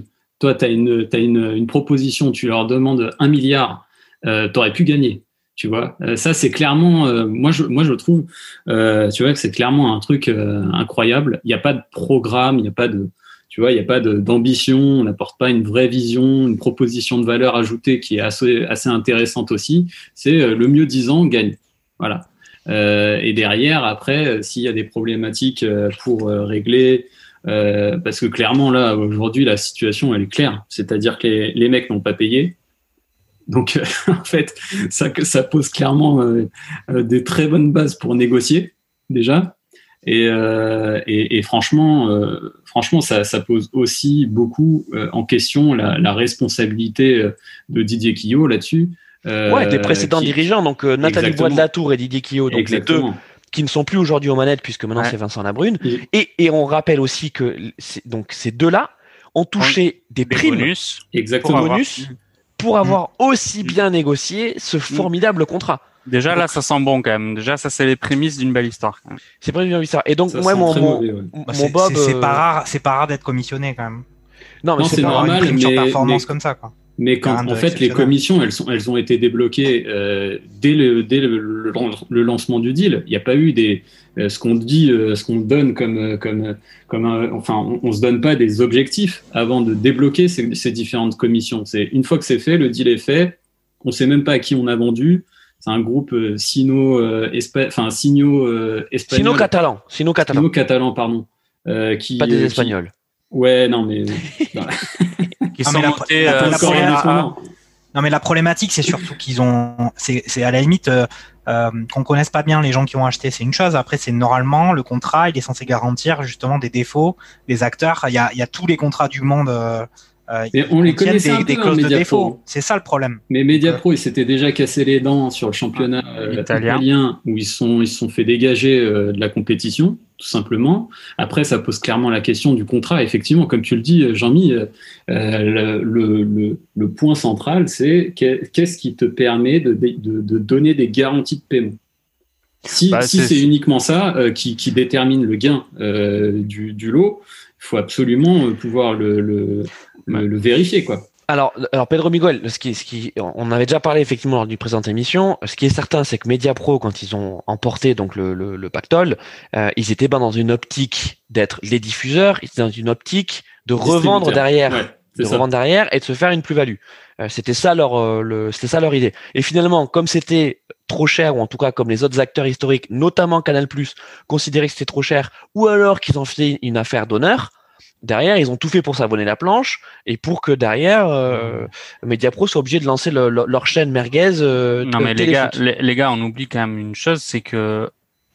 Toi, t'as une proposition, tu leur demandes 1 milliard, t'aurais pu gagner. Tu vois, ça c'est clairement, moi je trouve, tu vois que c'est clairement un truc incroyable. Il n'y a pas de programme, il n'y a pas de, tu vois, il n'y a pas d'ambition, on n'apporte pas une vraie vision, une proposition de valeur ajoutée qui est assez intéressante aussi. C'est le mieux disant gagne. Voilà. Et derrière, après, s'il y a des problématiques pour régler, parce que clairement là, aujourd'hui, la situation elle est claire, c'est-à-dire que les mecs n'ont pas payé. Donc, en fait, ça pose clairement des très bonnes bases pour négocier déjà. Et franchement, ça pose aussi beaucoup en question la responsabilité de Didier Quillot là-dessus. Des précédents dirigeants, donc Nathalie Bois-de-la-Tour et Didier Quillot, donc les deux qui ne sont plus aujourd'hui aux manettes puisque maintenant c'est Vincent Labrune. Et on rappelle aussi que ces deux-là ont touché des primes, bonus, pour avoir aussi bien négocié ce formidable contrat. Déjà là, ça sent bon quand même. Déjà, ça c'est les prémices d'une belle histoire. Quand même. C'est prémices d'une belle histoire. Et donc ça moi, mon Bob, c'est pas rare d'être commissionné quand même. Non, mais c'est normal. Une sur performance comme ça, quoi. Mais quand en fait les commissions, elles ont été débloquées dès le lancement du deal. Il n'y a pas eu ce qu'on donne on se donne pas des objectifs avant de débloquer ces différentes commissions. C'est une fois que c'est fait, le deal est fait. On sait même pas à qui on a vendu. C'est un groupe sino-catalan, pardon. Pas des Espagnols. Ouais, non mais. Qui sont montés Non mais la problématique c'est surtout c'est à la limite qu'on connaisse pas bien les gens qui ont acheté, c'est une chose. Après c'est normalement le contrat il est censé garantir justement des défauts des acteurs. Il y a tous les contrats du monde. Mais on les connaissait des clauses de défaut. C'est ça le problème. Mais Mediapro, ils s'étaient déjà cassé les dents sur le championnat italien où ils se sont fait dégager de la compétition, tout simplement. Après, ça pose clairement la question du contrat. Effectivement, comme tu le dis, Jean-Mi, le point central, c'est qu'est-ce qui te permet de donner des garanties de paiement. Si c'est uniquement ça qui détermine le gain du lot, il faut absolument pouvoir le vérifier, quoi. Alors Pedro Miguel, on avait déjà parlé effectivement lors d'une précédente émission. Ce qui est certain, c'est que Mediapro, quand ils ont emporté donc le pactole, ils étaient pas dans une optique d'être les diffuseurs, ils étaient dans une optique de revendre derrière, et de se faire une plus-value. C'était ça leur idée. Et finalement, comme c'était trop cher, ou en tout cas comme les autres acteurs historiques, notamment Canal+, considéraient que c'était trop cher, ou alors qu'ils ont fait une affaire d'honneur. Derrière, ils ont tout fait pour s'abonner la planche et pour que derrière, Mediapro soit obligé de lancer leur chaîne merguez. Non mais les gars, on oublie quand même une chose, c'est que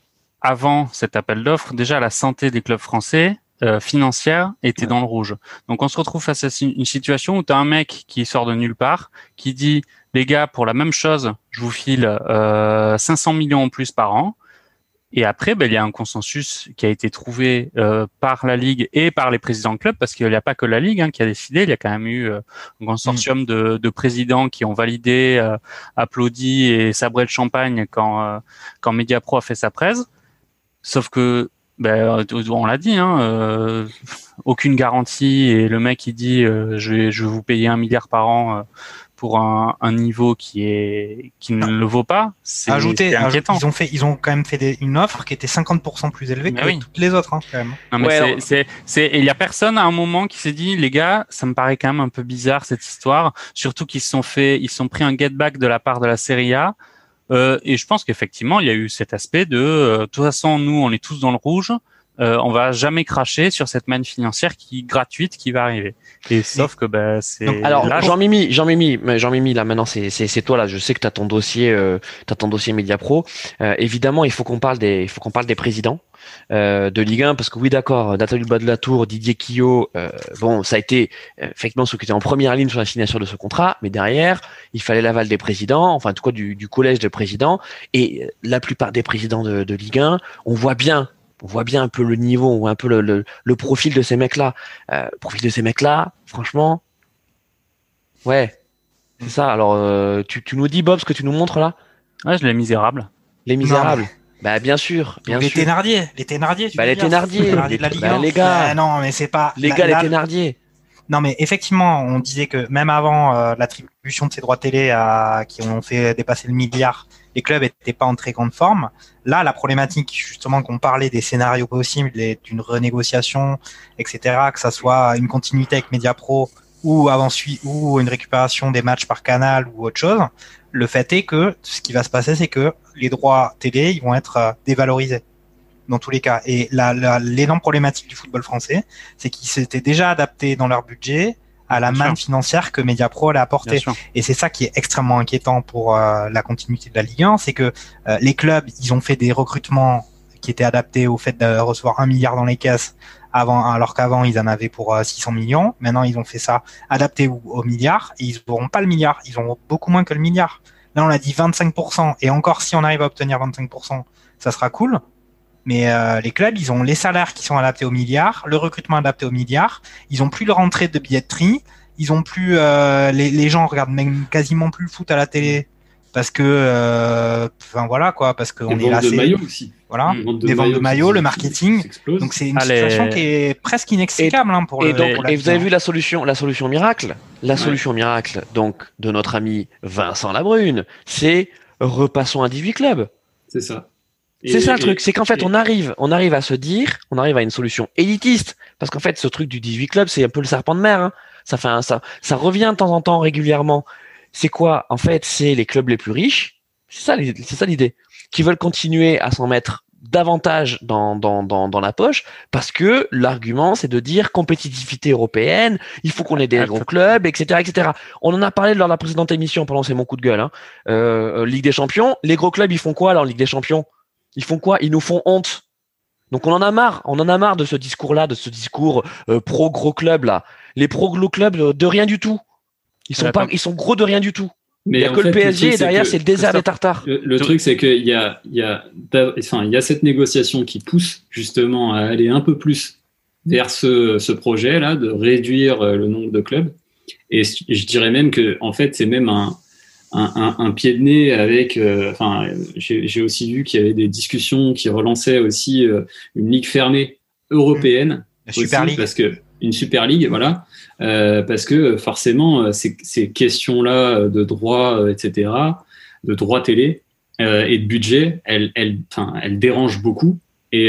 avant cet appel d'offres, déjà la santé des clubs français financière était dans le rouge. Donc on se retrouve face à une situation où tu as un mec qui sort de nulle part, qui dit les gars, pour la même chose, je vous file 500 millions en plus par an. Et après, il y a un consensus qui a été trouvé par la Ligue et par les présidents de club, parce qu'il n'y a pas que la Ligue qui a décidé. Il y a quand même eu un consortium de présidents qui ont validé, applaudi et sabré le champagne quand Mediapro a fait sa presse. Sauf que, on l'a dit, aucune garantie. Et le mec, il dit, je vais vous payer 1 milliard par an pour un niveau qui ne le vaut pas, c'est inquiétant. Ils ont quand même fait une offre qui était 50% plus élevée que toutes les autres, quand même. Non, mais il y a personne à un moment qui s'est dit, les gars, ça me paraît quand même un peu bizarre cette histoire, surtout qu'ils se sont pris un get back de la part de la Serie A. Et je pense qu'effectivement, il y a eu cet aspect de toute façon, nous, on est tous dans le rouge. On va jamais cracher sur cette manne financière gratuite qui va arriver. Et sauf que c'est. Donc, alors Jean-Mimi, là maintenant c'est toi là. Je sais que t'as ton dossier Mediapro. Évidemment, il faut qu'on parle des présidents de Ligue 1 parce que oui d'accord, Nathalie Bois-de-la-Tour, Didier Quillot, ça a été effectivement ceux qui étaient en première ligne sur la signature de ce contrat, mais derrière il fallait l'aval des présidents, enfin en tout cas du collège de présidents, et la plupart des présidents de Ligue 1, on voit bien un peu le niveau, on voit un peu le profil de ces mecs-là. Franchement, ouais, c'est ça. Alors, tu nous dis, Bob, ce que tu nous montres là? Ouais, Les Misérables. Les Misérables. Bah, bien sûr. Les Thénardier. Les Thénardier. Les gars. Non, mais c'est pas. Les gars, les Thénardier. Non, mais effectivement, on disait que même avant l'attribution de ces droits télé qui ont fait dépasser le milliard, les clubs n'étaient pas en très grande forme. Là, la problématique, justement, qu'on parlait des scénarios possibles et d'une renégociation, etc., que ça soit une continuité avec Mediapro ou une récupération des matchs par canal ou autre chose, le fait est que ce qui va se passer, c'est que les droits télé, ils vont être dévalorisés dans tous les cas. Et l'énorme problématique du football français, c'est qu'ils s'étaient déjà adaptés dans leur budget à la manne financière que Mediapro allait apporter. Et c'est ça qui est extrêmement inquiétant pour la continuité de la Ligue 1, c'est que les clubs, ils ont fait des recrutements qui étaient adaptés au fait de recevoir 1 milliard dans les caisses alors qu'avant ils en avaient pour 600 millions. Maintenant ils ont fait ça adapté au milliard et ils n'auront pas le milliard, ils auront beaucoup moins que le milliard. Là on a dit 25% et encore si on arrive à obtenir 25%, ça sera cool. Mais les clubs, ils ont les salaires qui sont adaptés au milliard, le recrutement adapté au milliard, ils ont plus de rentrée de billetterie, ils ont plus les gens regardent même quasiment plus le foot à la télé parce que voilà quoi, parce qu'on est lassé. Des maillots aussi. Voilà, des ventes de maillots, le marketing. Donc c'est une situation qui est presque inextricable pour et vous avez vu la solution miracle, solution miracle donc de notre ami Vincent Labrune, c'est repassons à 18 clubs. C'est ça. C'est ça le truc, c'est qu'en fait on arrive à se dire, on arrive à une solution élitiste, parce qu'en fait ce truc du 18 clubs c'est un peu le serpent de mer, hein. Ça revient de temps en temps régulièrement. C'est quoi? En fait c'est les clubs les plus riches, c'est ça l'idée, qui veulent continuer à s'en mettre davantage dans la poche, parce que l'argument c'est de dire compétitivité européenne, il faut qu'on ait des gros clubs, etc. On en a parlé lors de la précédente émission, pendant c'est mon coup de gueule, hein. Ligue des Champions, les gros clubs ils font quoi alors en Ligue des Champions? Ils font quoi? Ils nous font honte. Donc on en a marre de ce discours-là, de ce discours pro gros club là. Les pro gros clubs de rien du tout. Ils sont gros de rien du tout. Mais il y a que le PSG et derrière c'est le désert des Tartares. Le truc c'est qu'il y a cette négociation qui pousse justement à aller un peu plus vers ce projet là de réduire le nombre de clubs. Et je dirais même que en fait c'est même un pied de nez avec. J'ai aussi vu qu'il y avait des discussions qui relançaient aussi une ligue fermée européenne, une Super League, voilà, parce que forcément ces questions-là de droits, etc., de droits télé et de budget, elles dérangent beaucoup.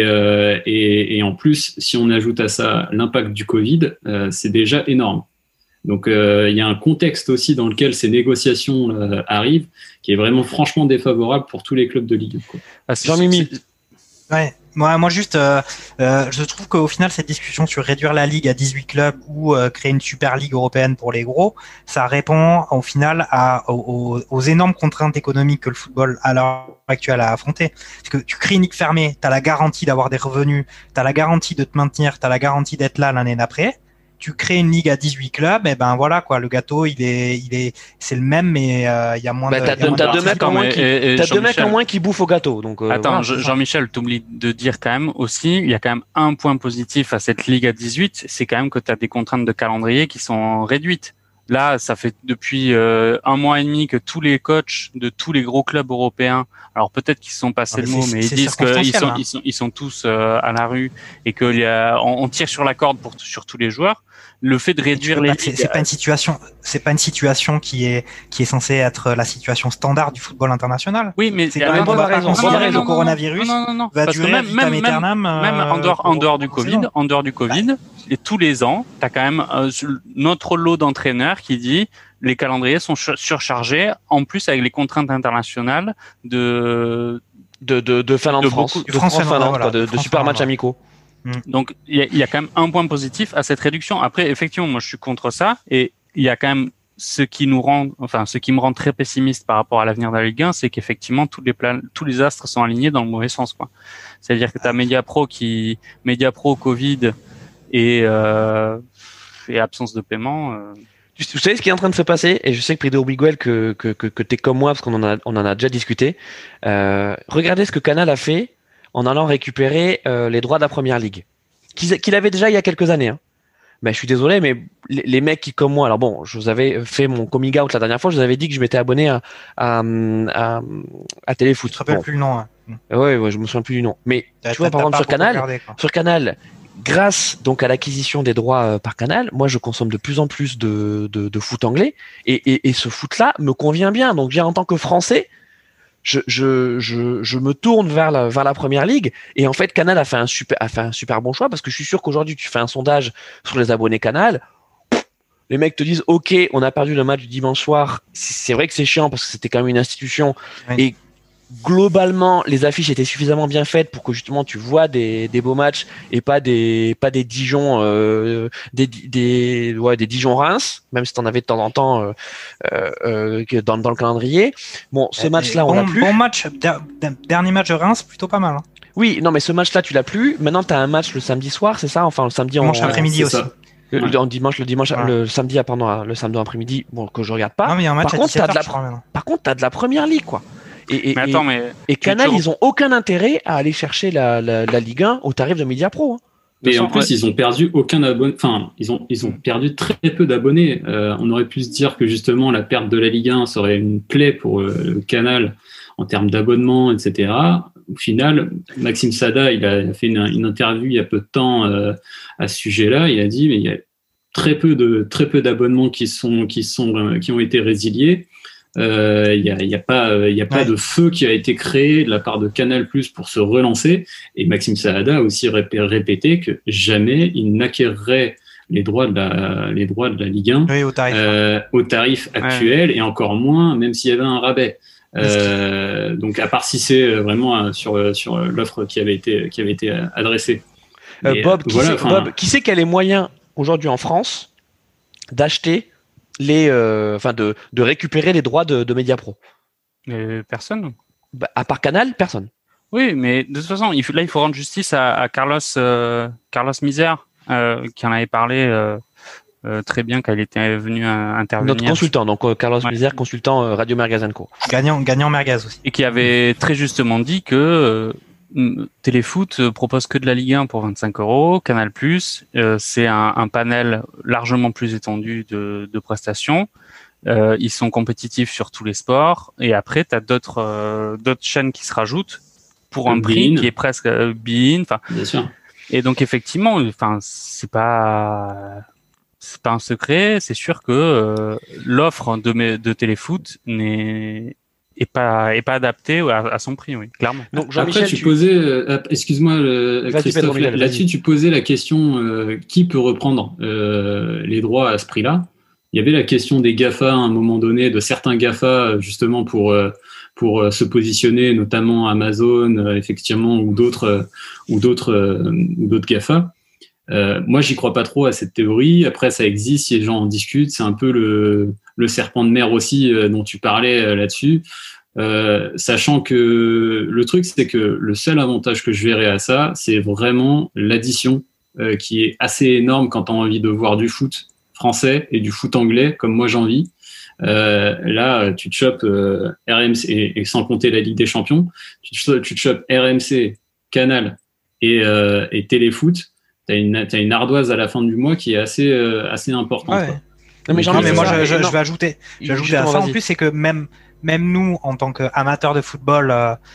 Et en plus, si on ajoute à ça l'impact du Covid, c'est déjà énorme. Donc il y a un contexte aussi dans lequel ces négociations arrivent qui est vraiment franchement défavorable pour tous les clubs de Ligue 1. Jean-Mimi. Ouais, moi juste, je trouve qu'au final cette discussion sur réduire la Ligue à 18 clubs ou créer une Super Ligue européenne pour les gros, ça répond au final aux énormes contraintes économiques que le football à l'heure actuelle a affronté. Parce que tu crées une ligue fermée, tu as la garantie d'avoir des revenus, tu as la garantie de te maintenir, tu as la garantie d'être là l'année d'après. Tu crées une ligue à 18 clubs, et ben voilà quoi, le gâteau c'est le même, mais il y a moins t'as deux mecs en moins qui bouffent au gâteau. Donc attends, voilà, Jean-Michel, t'oublies de dire quand même aussi, il y a quand même un point positif à cette ligue à 18, c'est quand même que tu as des contraintes de calendrier qui sont réduites. Là, ça fait depuis 1 mois et demi que tous les coachs de tous les gros clubs européens, alors peut-être qu'ils se sont passés le mot, mais ils disent qu'ils sont tous à la rue et on tire sur la corde sur tous les joueurs. Le fait de réduire les ligues, c'est pas une situation qui est censée être la situation standard du football international. Oui, mais c'est quand même le coronavirus va durer même en dehors du Covid, et tous les ans, t'as quand même notre lot d'entraîneurs qui dit les calendriers sont surchargés, en plus avec les contraintes internationales de Finlande-France, de France-Finlande, de super matchs amicaux. Donc il y a quand même un point positif à cette réduction. Après, effectivement, moi je suis contre ça, et il y a quand même ce qui me rend très pessimiste par rapport à l'avenir de la Ligue 1, c'est qu'effectivement tous les astres sont alignés dans le mauvais sens, quoi. C'est-à-dire que t'as Mediapro, Covid et absence de paiement. Vous savez ce qui est en train de se passer, et je sais que Prido Biguel que t'es comme moi parce qu'on en a déjà discuté. Regardez ce que Canal a fait en allant récupérer les droits de la première ligue, qu'il avait déjà il y a quelques années. Hein. Ben, je suis désolé, mais les mecs qui comme moi, alors bon, je vous avais fait mon coming out la dernière fois, je vous avais dit que je m'étais abonné à Téléfoot. Je te rappelle plus le nom. Hein. Ouais, je me souviens plus du nom. Mais tu vois, par exemple sur Canal, grâce donc à l'acquisition des droits par Canal, moi je consomme de plus en plus de foot anglais et ce foot-là me convient bien. Donc en tant que Français, je me tourne vers la première ligue et en fait Canal a fait un super bon choix parce que je suis sûr qu'aujourd'hui tu fais un sondage sur les abonnés Canal, les mecs te disent ok, on a perdu le match du dimanche soir, c'est vrai que c'est chiant parce que c'était quand même une institution et globalement les affiches étaient suffisamment bien faites pour que justement tu vois des beaux matchs et pas des Dijon des Dijon Reims, même si t'en avais de temps en temps dans le calendrier. Bon, ce match-là on l'a plus. Bon match, dernier match de Reims, plutôt pas mal. Hein. Oui, non mais ce match-là tu l'as plus. Maintenant t'as un match le samedi soir, c'est ça? Enfin le samedi dimanche après-midi aussi. Le dimanche, le samedi, le samedi après-midi, bon que je regarde pas. Non mais il y a un match par contre, t'as de la première ligue quoi. Et Canal, ils ont aucun intérêt à aller chercher la Ligue 1 au tarif de Media Pro. Hein. Mais en plus, ils ont perdu aucun abonné. Enfin, ils ont perdu très peu d'abonnés. On aurait pu se dire que justement la perte de la Ligue 1 serait une plaie pour le Canal en termes d'abonnement, etc. Au final, Maxime Sada, il a fait une interview il y a peu de temps à ce sujet-là. Il a dit, mais il y a très peu d'abonnements qui ont été résiliés. Il y a pas de feu qui a été créé de la part de Canal+ pour se relancer. Et Maxime Saada a aussi répété que jamais il n'acquerrait les droits de la Ligue 1 au tarif actuel et encore moins même s'il y avait un rabais. Donc à part si c'est vraiment sur l'offre qui avait été adressée. Bob, qui sait quel est moyen aujourd'hui en France d'acheter de récupérer les droits de Mediapro? Personne. À part Canal, personne. Oui, mais de toute façon, il faut rendre justice à Carlos Misère, qui en avait parlé très bien quand il était venu intervenir. Notre consultant, donc Carlos Misère, consultant Radio Merguez & Co. Gagnant Merguez aussi. Et qui avait très justement dit que Téléfoot propose que de la Ligue 1 pour 25 €. Canal+, c'est un panel largement plus étendu de prestations. Ils sont compétitifs sur tous les sports. Et après, tu as d'autres chaînes qui se rajoutent pour un prix qui est presque be-in. Bien sûr. Et donc, effectivement, c'est pas un secret. C'est sûr que l'offre de Téléfoot est pas adapté à son prix, oui, clairement. Donc, après, tu posais, excuse-moi, Christophe, là-dessus, tu posais la question qui peut reprendre les droits à ce prix-là. Il y avait la question des GAFA à un moment donné, de certains GAFA justement pour se positionner, notamment Amazon, effectivement, ou d'autres GAFA. Moi, j'y crois pas trop à cette théorie. Après, ça existe, les gens en discutent. C'est un peu le serpent de mer aussi dont tu parlais là-dessus. Sachant que le truc, c'est que le seul avantage que je verrais à ça, c'est vraiment l'addition qui est assez énorme quand tu as envie de voir du foot français et du foot anglais, comme moi j'en vis. Là, tu te chopes RMC, et sans compter la Ligue des Champions, tu te chopes RMC, Canal et Téléfoot. T'as une ardoise à la fin du mois qui est assez importante. Ouais. Non, mais moi je vais ajouter à ça en plus, c'est que même nous en tant qu'amateurs de football,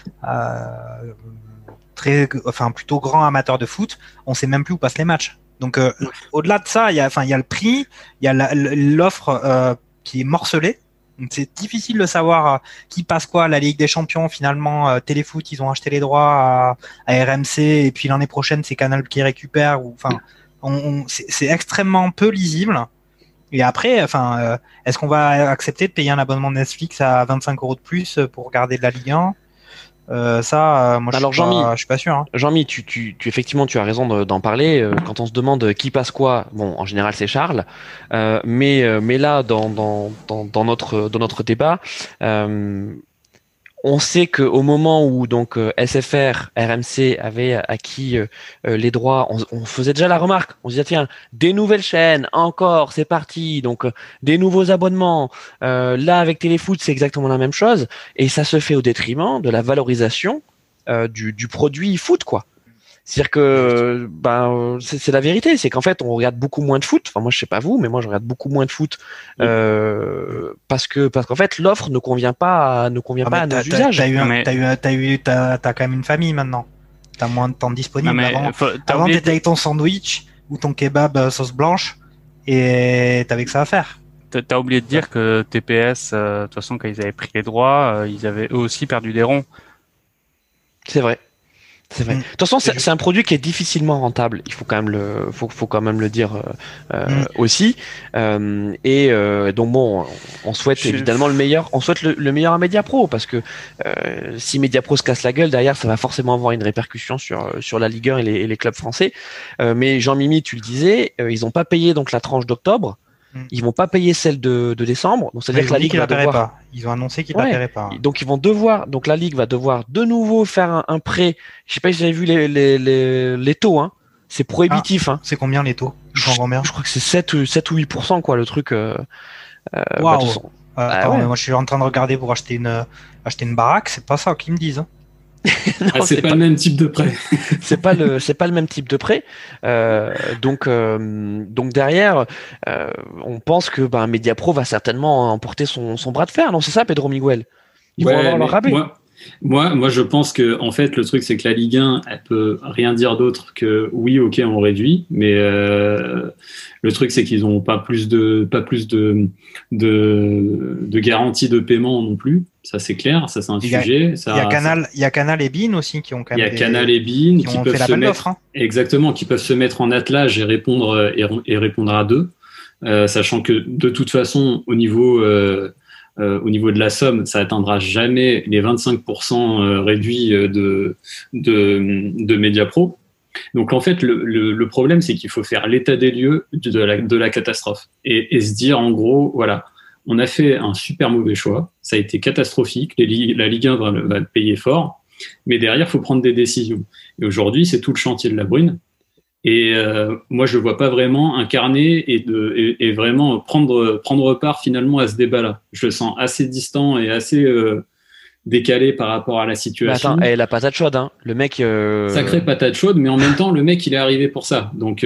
plutôt grands amateurs de foot, on sait même plus où passent les matchs. Donc au-delà de ça, il y a le prix, il y a l'offre qui est morcelée. Donc c'est difficile de savoir qui passe quoi. La Ligue des Champions, finalement, Téléfoot, ils ont acheté les droits à RMC, et puis l'année prochaine, c'est Canal qui récupère. C'est extrêmement peu lisible. Et après, est-ce qu'on va accepter de payer un abonnement de Netflix à 25 € de plus pour regarder de la Ligue 1 ? Moi, je suis pas sûr. Hein. Jean-Mi, tu effectivement, tu as raison d'en parler. Quand on se demande qui passe quoi, bon, en général, c'est Charles. Mais là, dans notre débat, on sait qu'au moment où donc SFR, RMC avait acquis les droits, on faisait déjà la remarque. On se disait tiens, des nouvelles chaînes, encore, c'est parti. Donc des nouveaux abonnements. Là avec Téléfoot, c'est exactement la même chose, et ça se fait au détriment de la valorisation du produit foot, quoi. C'est-à-dire que c'est la vérité, c'est qu'en fait on regarde beaucoup moins de foot. Enfin moi je sais pas vous, mais moi je regarde beaucoup moins de foot parce qu'en fait l'offre ne convient pas à nos usages. T'as quand même une famille maintenant. t'as moins de temps disponible. Non, mais Avant t'étais avec ton sandwich ou ton kebab sauce blanche et t'avais que ça à faire. T'as oublié de dire que TPS, de toute façon, quand ils avaient pris les droits, ils avaient eux aussi perdu des ronds. C'est vrai. C'est vrai. De toute façon, c'est un produit qui est difficilement rentable. Il faut quand même le dire aussi. Donc bon, on souhaite évidemment le meilleur. On souhaite le meilleur à Mediapro parce que si Mediapro se casse la gueule derrière, ça va forcément avoir une répercussion sur la Ligue 1 et les clubs français. Mais Jean-Mimi, tu le disais, ils n'ont pas payé donc la tranche d'octobre. Ils vont pas payer celle de décembre. Donc c'est-à-dire que la Ligue va devoir. Ils ont annoncé qu'ils ne la paieraient pas. Donc ils vont devoir. Donc la Ligue va devoir de nouveau faire un prêt. Je sais pas si vous avez vu les taux. Hein. C'est prohibitif. Hein. C'est combien les taux? Je crois que c'est 7 ou 8% quoi le truc. Waouh. Attends, moi je suis en train de regarder pour acheter une baraque. C'est pas ça qu'ils me disent. Hein. Non, c'est pas le même type de prêt. c'est pas le même type de prêt. Donc derrière, on pense que Mediapro va certainement emporter son bras de fer. Non, c'est ça, Pedro Miguel. Ils vont avoir leur rabais. Moi, je pense que en fait, le truc, c'est que la Ligue 1, elle peut rien dire d'autre que oui, ok, on réduit, mais le truc, c'est qu'ils n'ont pas plus de garantie de paiement non plus. Ça, c'est clair. Ça, c'est un sujet. Il y a Canal et Bein aussi qui ont quand même. Il y a Canal et Bein qui peuvent se mettre. Exactement, qui peuvent se mettre en attelage et répondre à deux, sachant que de toute façon, au niveau de la somme, ça atteindra jamais les 25% réduits de Mediapro. Donc en fait, le problème, c'est qu'il faut faire l'état des lieux de la catastrophe et se dire en gros, voilà, on a fait un super mauvais choix, ça a été catastrophique, la Ligue 1 va le payer fort, mais derrière, il faut prendre des décisions. Et aujourd'hui, c'est tout le chantier de la Brune. Et moi, je le vois pas vraiment incarner et vraiment prendre part finalement à ce débat-là. Je le sens assez distant et assez décalé par rapport à la situation. Mais attends, la patate chaude, hein. Le mec. Sacrée patate chaude, mais en même temps, le mec, il est arrivé pour ça. Donc,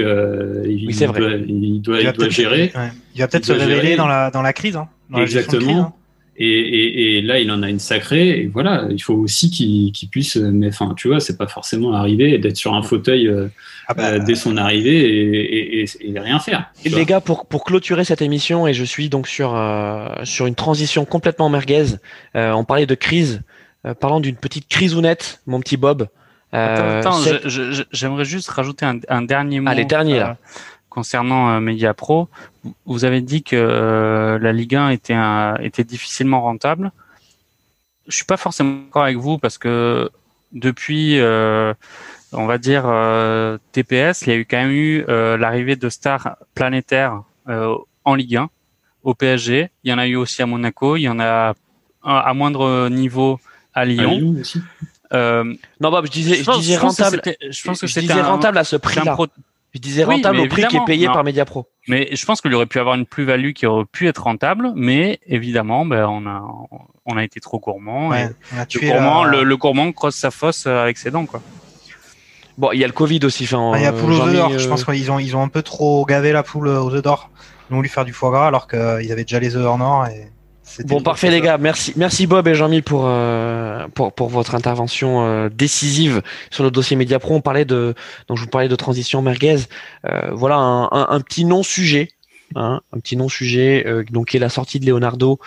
il doit gérer. Il va peut-être se révéler dans la crise. Hein, dans exactement. La crise, hein. Et là, il en a une sacrée. Et voilà, il faut aussi qu'il puisse. Mais enfin, tu vois, c'est pas forcément arriver et d'être sur un fauteuil dès son arrivée et rien faire. Et les gars, pour clôturer cette émission, et je suis donc sur une transition complètement merguez. On parlait de crise. Parlant d'une petite crisounette, mon petit Bob. Attends, j'aimerais juste rajouter un dernier mot. Allez, dernier là. Concernant Mediapro, vous avez dit que la Ligue 1 était difficilement rentable. Je suis pas forcément d'accord avec vous parce que depuis, on va dire TPS, il y a quand même eu l'arrivée de stars planétaires en Ligue 1, au PSG. Il y en a eu aussi à Monaco. Il y en a à moindre niveau à Lyon. À Lyon aussi. Non, Bob, je disais rentable. Je pense que c'était rentable à ce prix-là. Je disais rentable au prix qui est payé par Mediapro. Mais je pense qu'il aurait pu avoir une plus-value qui aurait pu être rentable, mais évidemment, on a été trop gourmand. Ouais, le gourmand crosse sa fosse avec ses dents, quoi. Bon, il y a le Covid aussi. Il y a poule aux œufs d'or. Je pense qu'ils ont un peu trop gavé la poule aux œufs d'or. Ils ont voulu faire du foie gras alors qu'ils avaient déjà les œufs en or. Bon, parfait les gars, merci Bob et Jean-Mi pour votre intervention décisive sur le dossier Mediapro. Donc je vous parlais de transition merguez. Voilà un petit non-sujet, un petit non-sujet donc qui est la sortie de Leonardo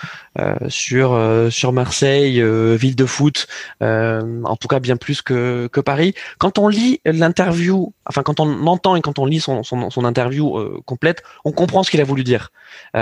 sur Marseille, ville de foot, en tout cas bien plus que Paris. Quand on lit l'interview, enfin quand on entend et quand on lit son interview complète, on comprend ce qu'il a voulu dire.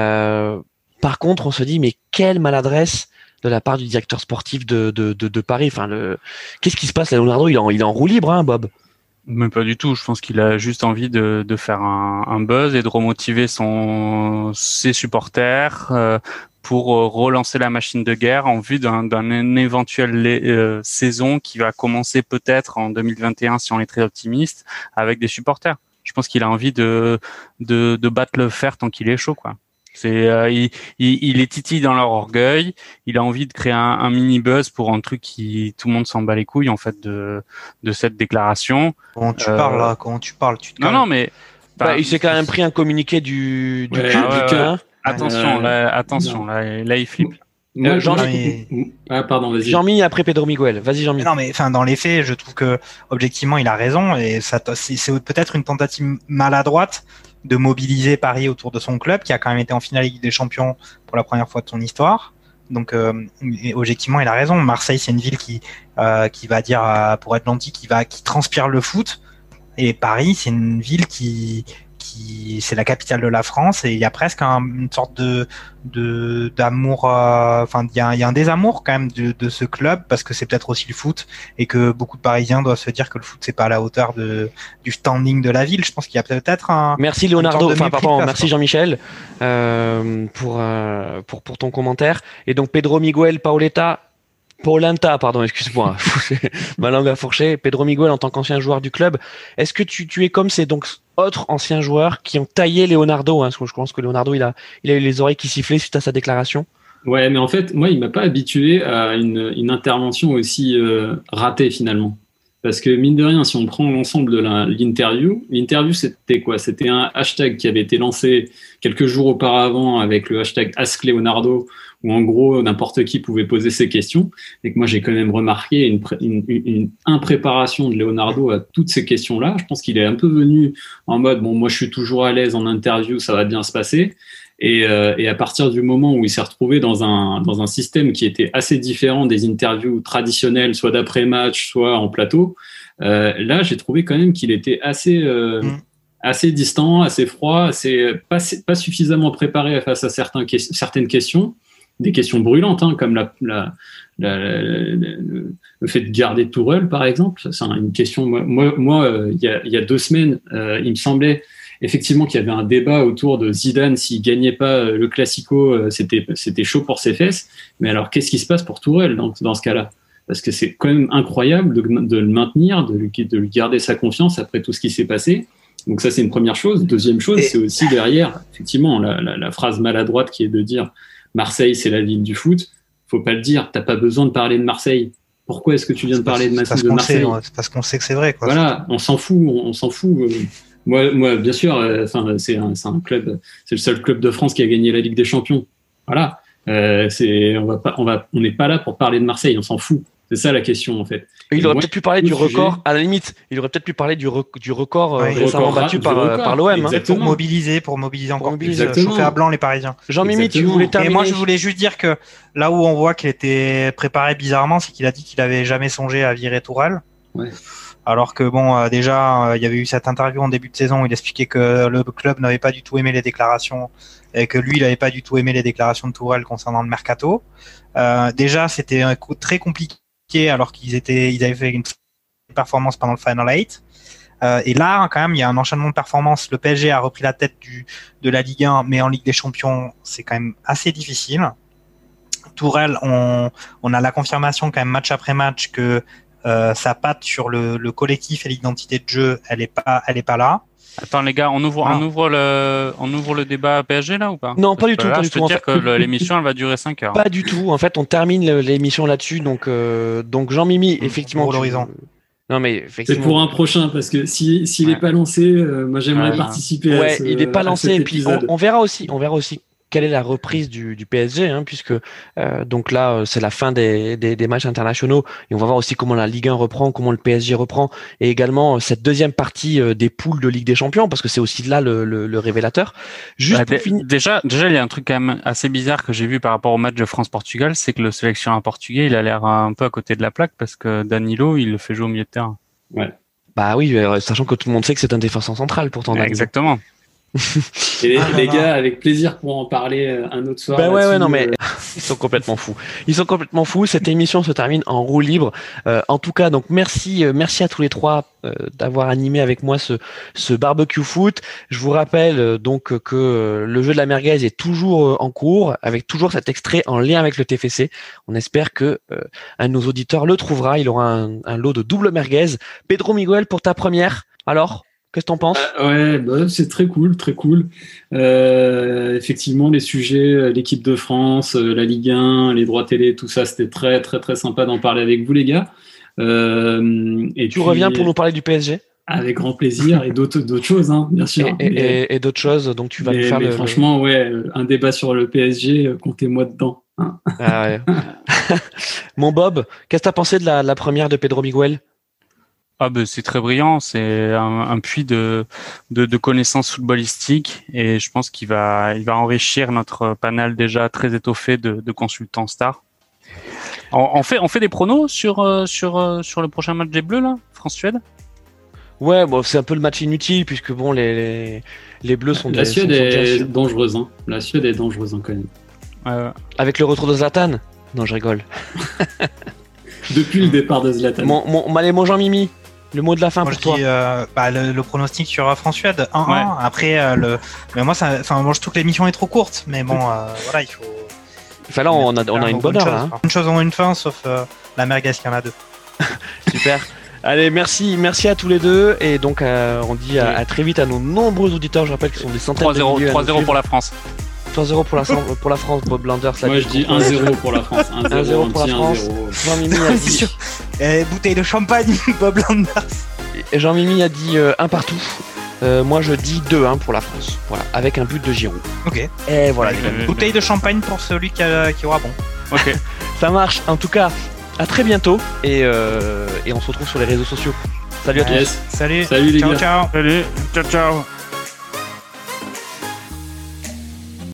Par contre, on se dit, mais quelle maladresse de la part du directeur sportif de Paris. Enfin, qu'est-ce qui se passe là, Leonardo? Il est en roue libre, hein, Bob? Mais pas du tout. Je pense qu'il a juste envie de faire un buzz et de remotiver ses supporters pour relancer la machine de guerre en vue d'un éventuel saison qui va commencer peut-être en 2021 si on est très optimiste avec des supporters. Je pense qu'il a envie de battre le fer tant qu'il est chaud, quoi. Il est titille dans leur orgueil. Il a envie de créer un mini buzz pour un truc qui tout le monde s'en bat les couilles en fait de cette déclaration. Comment tu parles là? Comment tu parles? Tu te calmes. Non, mais il s'est quand même pris un communiqué du Attention, là, il flippe. Pardon, vas-y. Jean-Mi après Pedro Miguel. Vas-y, Jean-Mi. Non, mais dans les faits, je trouve que objectivement, il a raison et c'est peut-être une tentative maladroite de mobiliser Paris autour de son club qui a quand même été en finale Ligue des Champions pour la première fois de son histoire. Donc, objectivement, il a raison. Marseille, c'est une ville qui va dire, pour être gentil, qui transpire le foot. Et Paris, c'est une ville qui c'est la capitale de la France et il y a presque une sorte d'amour, il y a un désamour quand même de ce club parce que c'est peut-être aussi le foot et que beaucoup de Parisiens doivent se dire que le foot c'est pas à la hauteur du standing de la ville. Je pense qu'il y a peut-être Merci Leonardo, merci Jean-Michel pour ton commentaire. Et donc Pedro Miguel Paolenta, pardon, excuse-moi, ma langue a fourché. Pedro Miguel en tant qu'ancien joueur du club, est-ce que tu es comme ces donc autres anciens joueurs qui ont taillé Leonardo, parce que je pense que Leonardo il a eu les oreilles qui sifflaient suite à sa déclaration? Ouais, mais en fait, moi, il m'a pas habitué à une intervention aussi ratée finalement. Parce que mine de rien, si on prend l'ensemble de l'interview c'était quoi? C'était un hashtag qui avait été lancé quelques jours auparavant avec le hashtag AskLeonardo, où en gros n'importe qui pouvait poser ses questions. Et que moi j'ai quand même remarqué une impréparation de Leonardo à toutes ces questions-là. Je pense qu'il est un peu venu en mode bon, moi je suis toujours à l'aise en interview, ça va bien se passer. Et à partir du moment où il s'est retrouvé dans un système qui était assez différent des interviews traditionnelles, soit d'après-match, soit en plateau, là, j'ai trouvé quand même qu'il était assez distant, assez froid, pas suffisamment préparé face à certaines questions, des questions brûlantes, hein, comme le fait de garder Tourelle, par exemple. C'est une question. Moi, il y a 2 semaines, il me semblait effectivement qu'il y avait un débat autour de Zidane. S'il gagnait pas le Classico, c'était chaud pour ses fesses. Mais alors, qu'est-ce qui se passe pour Tourelle dans ce cas-là? Parce que c'est quand même incroyable de le maintenir, de lui garder sa confiance après tout ce qui s'est passé. Donc ça, c'est une première chose. Deuxième chose, c'est aussi derrière, effectivement, la phrase maladroite qui est de dire Marseille, c'est la ville du foot. Faut pas le dire. T'as pas besoin de parler de Marseille. Pourquoi est-ce que tu viens de parler de Marseille? C'est parce qu'on sait que c'est vrai, quoi. Voilà, on s'en fout. Moi, bien sûr, c'est un club, c'est le seul club de France qui a gagné la Ligue des Champions. Voilà, on n'est pas là pour parler de Marseille, on s'en fout. C'est ça la question en fait. Il aurait peut-être pu parler du record, à la limite. Il aurait peut-être pu parler du record récemment battu par l'OM. Pour mobiliser encore plus, chauffer à blanc les Parisiens. Jean-Mimi, tu voulais terminer? Et moi, je voulais juste dire que là où on voit qu'il était préparé bizarrement, c'est qu'il a dit qu'il avait jamais songé à virer Tourelle. Ouais. Alors que bon, déjà, il y avait eu cette interview en début de saison où il expliquait que le club n'avait pas du tout aimé les déclarations et que lui, il n'avait pas du tout aimé les déclarations de Tourelle concernant le mercato. Déjà, c'était un coup très compliqué alors qu'ils avaient fait une performance pendant le Final 8. Et là, quand même, il y a un enchaînement de performances. Le PSG a repris la tête de la Ligue 1, mais en Ligue des Champions, c'est quand même assez difficile. Tourelle, on a la confirmation quand même match après match que sa patte sur le collectif et l'identité de jeu, elle est pas là. Attends les gars, on ouvre le débat PSG là ou pas? Non, pas du tout. Là, je peux dire que l'émission elle va durer 5 heures. Pas du tout. En fait, on termine l'émission là-dessus. Donc Jean-Mimi, effectivement. Pour l'horizon. Non mais effectivement. C'est pour un prochain parce que s'il est pas lancé, moi j'aimerais participer. Ouais, il est pas lancé. Et puis on verra aussi quelle est la reprise du PSG, puisque donc là c'est la fin des matchs internationaux et on va voir aussi comment la Ligue 1 reprend, comment le PSG reprend et également cette deuxième partie des poules de Ligue des Champions parce que c'est aussi là le révélateur. Juste pour finir. Déjà il y a un truc quand même assez bizarre que j'ai vu par rapport au match de France-Portugal, c'est que le sélectionneur portugais il a l'air un peu à côté de la plaque parce que Danilo il le fait jouer au milieu de terrain. Ouais. Bah oui, sachant que tout le monde sait que c'est un défenseur central pourtant. Exactement. Et les gars, avec plaisir pour en parler un autre soir. Ben ouais, non mais ils sont complètement fous. Cette émission se termine en roue libre. En tout cas, donc merci à tous les trois d'avoir animé avec moi ce barbecue foot. Je vous rappelle donc que le jeu de la merguez est toujours en cours, avec toujours cet extrait en lien avec le TFC. On espère que un de nos auditeurs le trouvera. Il aura un lot de double merguez. Pedro Miguel, pour ta première. Alors? Qu'est-ce que t'en penses? Ouais, c'est très cool. Effectivement, les sujets, l'équipe de France, la Ligue 1, les droits télé, tout ça, c'était très très très sympa d'en parler avec vous les gars. Et tu reviens pour nous parler du PSG? Avec grand plaisir et d'autres choses, bien sûr. Et d'autres choses, donc tu vas nous faire franchement, ouais, un débat sur le PSG, comptez-moi dedans. Ah ouais. Mon Bob, qu'est-ce que t'as pensé de la première de Pedro Miguel? Ah ben c'est très brillant, c'est un puits de connaissances footballistiques et je pense qu'il va enrichir notre panel déjà très étoffé de consultants stars. On fait des pronos sur le prochain match des Bleus là, France-Suède. Ouais, bon, c'est un peu le match inutile puisque bon les Bleus sont La Suède est dangereuse, hein. La Suède est dangereuse hein, quand même. Avec le retour de Zlatan. Non, je rigole. Depuis le départ de Zlatan. Allez, mon Jean-Mimi. Le mot de la fin moi, pour toi. Le pronostic sur France-Suède 1-1. Ouais. Après, mais moi, je trouve que l'émission est trop courte. Mais bon, voilà, il faut. Enfin, là, on a une bonne heure. Hein. Une chose en une fin, sauf la merguez qui en a deux. Super. Allez, merci à tous les deux. Et donc, on dit à très vite à nos nombreux auditeurs. Je rappelle qu'ils sont des centaines de milliers. 3-0 pour la France. 3-0 pour la France, Bob Landers. Moi, je dis 1-0 pour la France. 1-0 pour la France. Jean-Mimi a dit... bouteille de champagne, Bob Landers. Jean-Mimi a dit 1 partout. Moi, je dis 2-1 pour la France. Voilà, avec un but de Giroud. Ok. Et voilà. Bouteille de champagne pour celui qui aura bon. Ok. Ça marche. En tout cas, à très bientôt. Et on se retrouve sur les réseaux sociaux. Salut à tous. Salut les gars. Ciao. Salut. Ciao.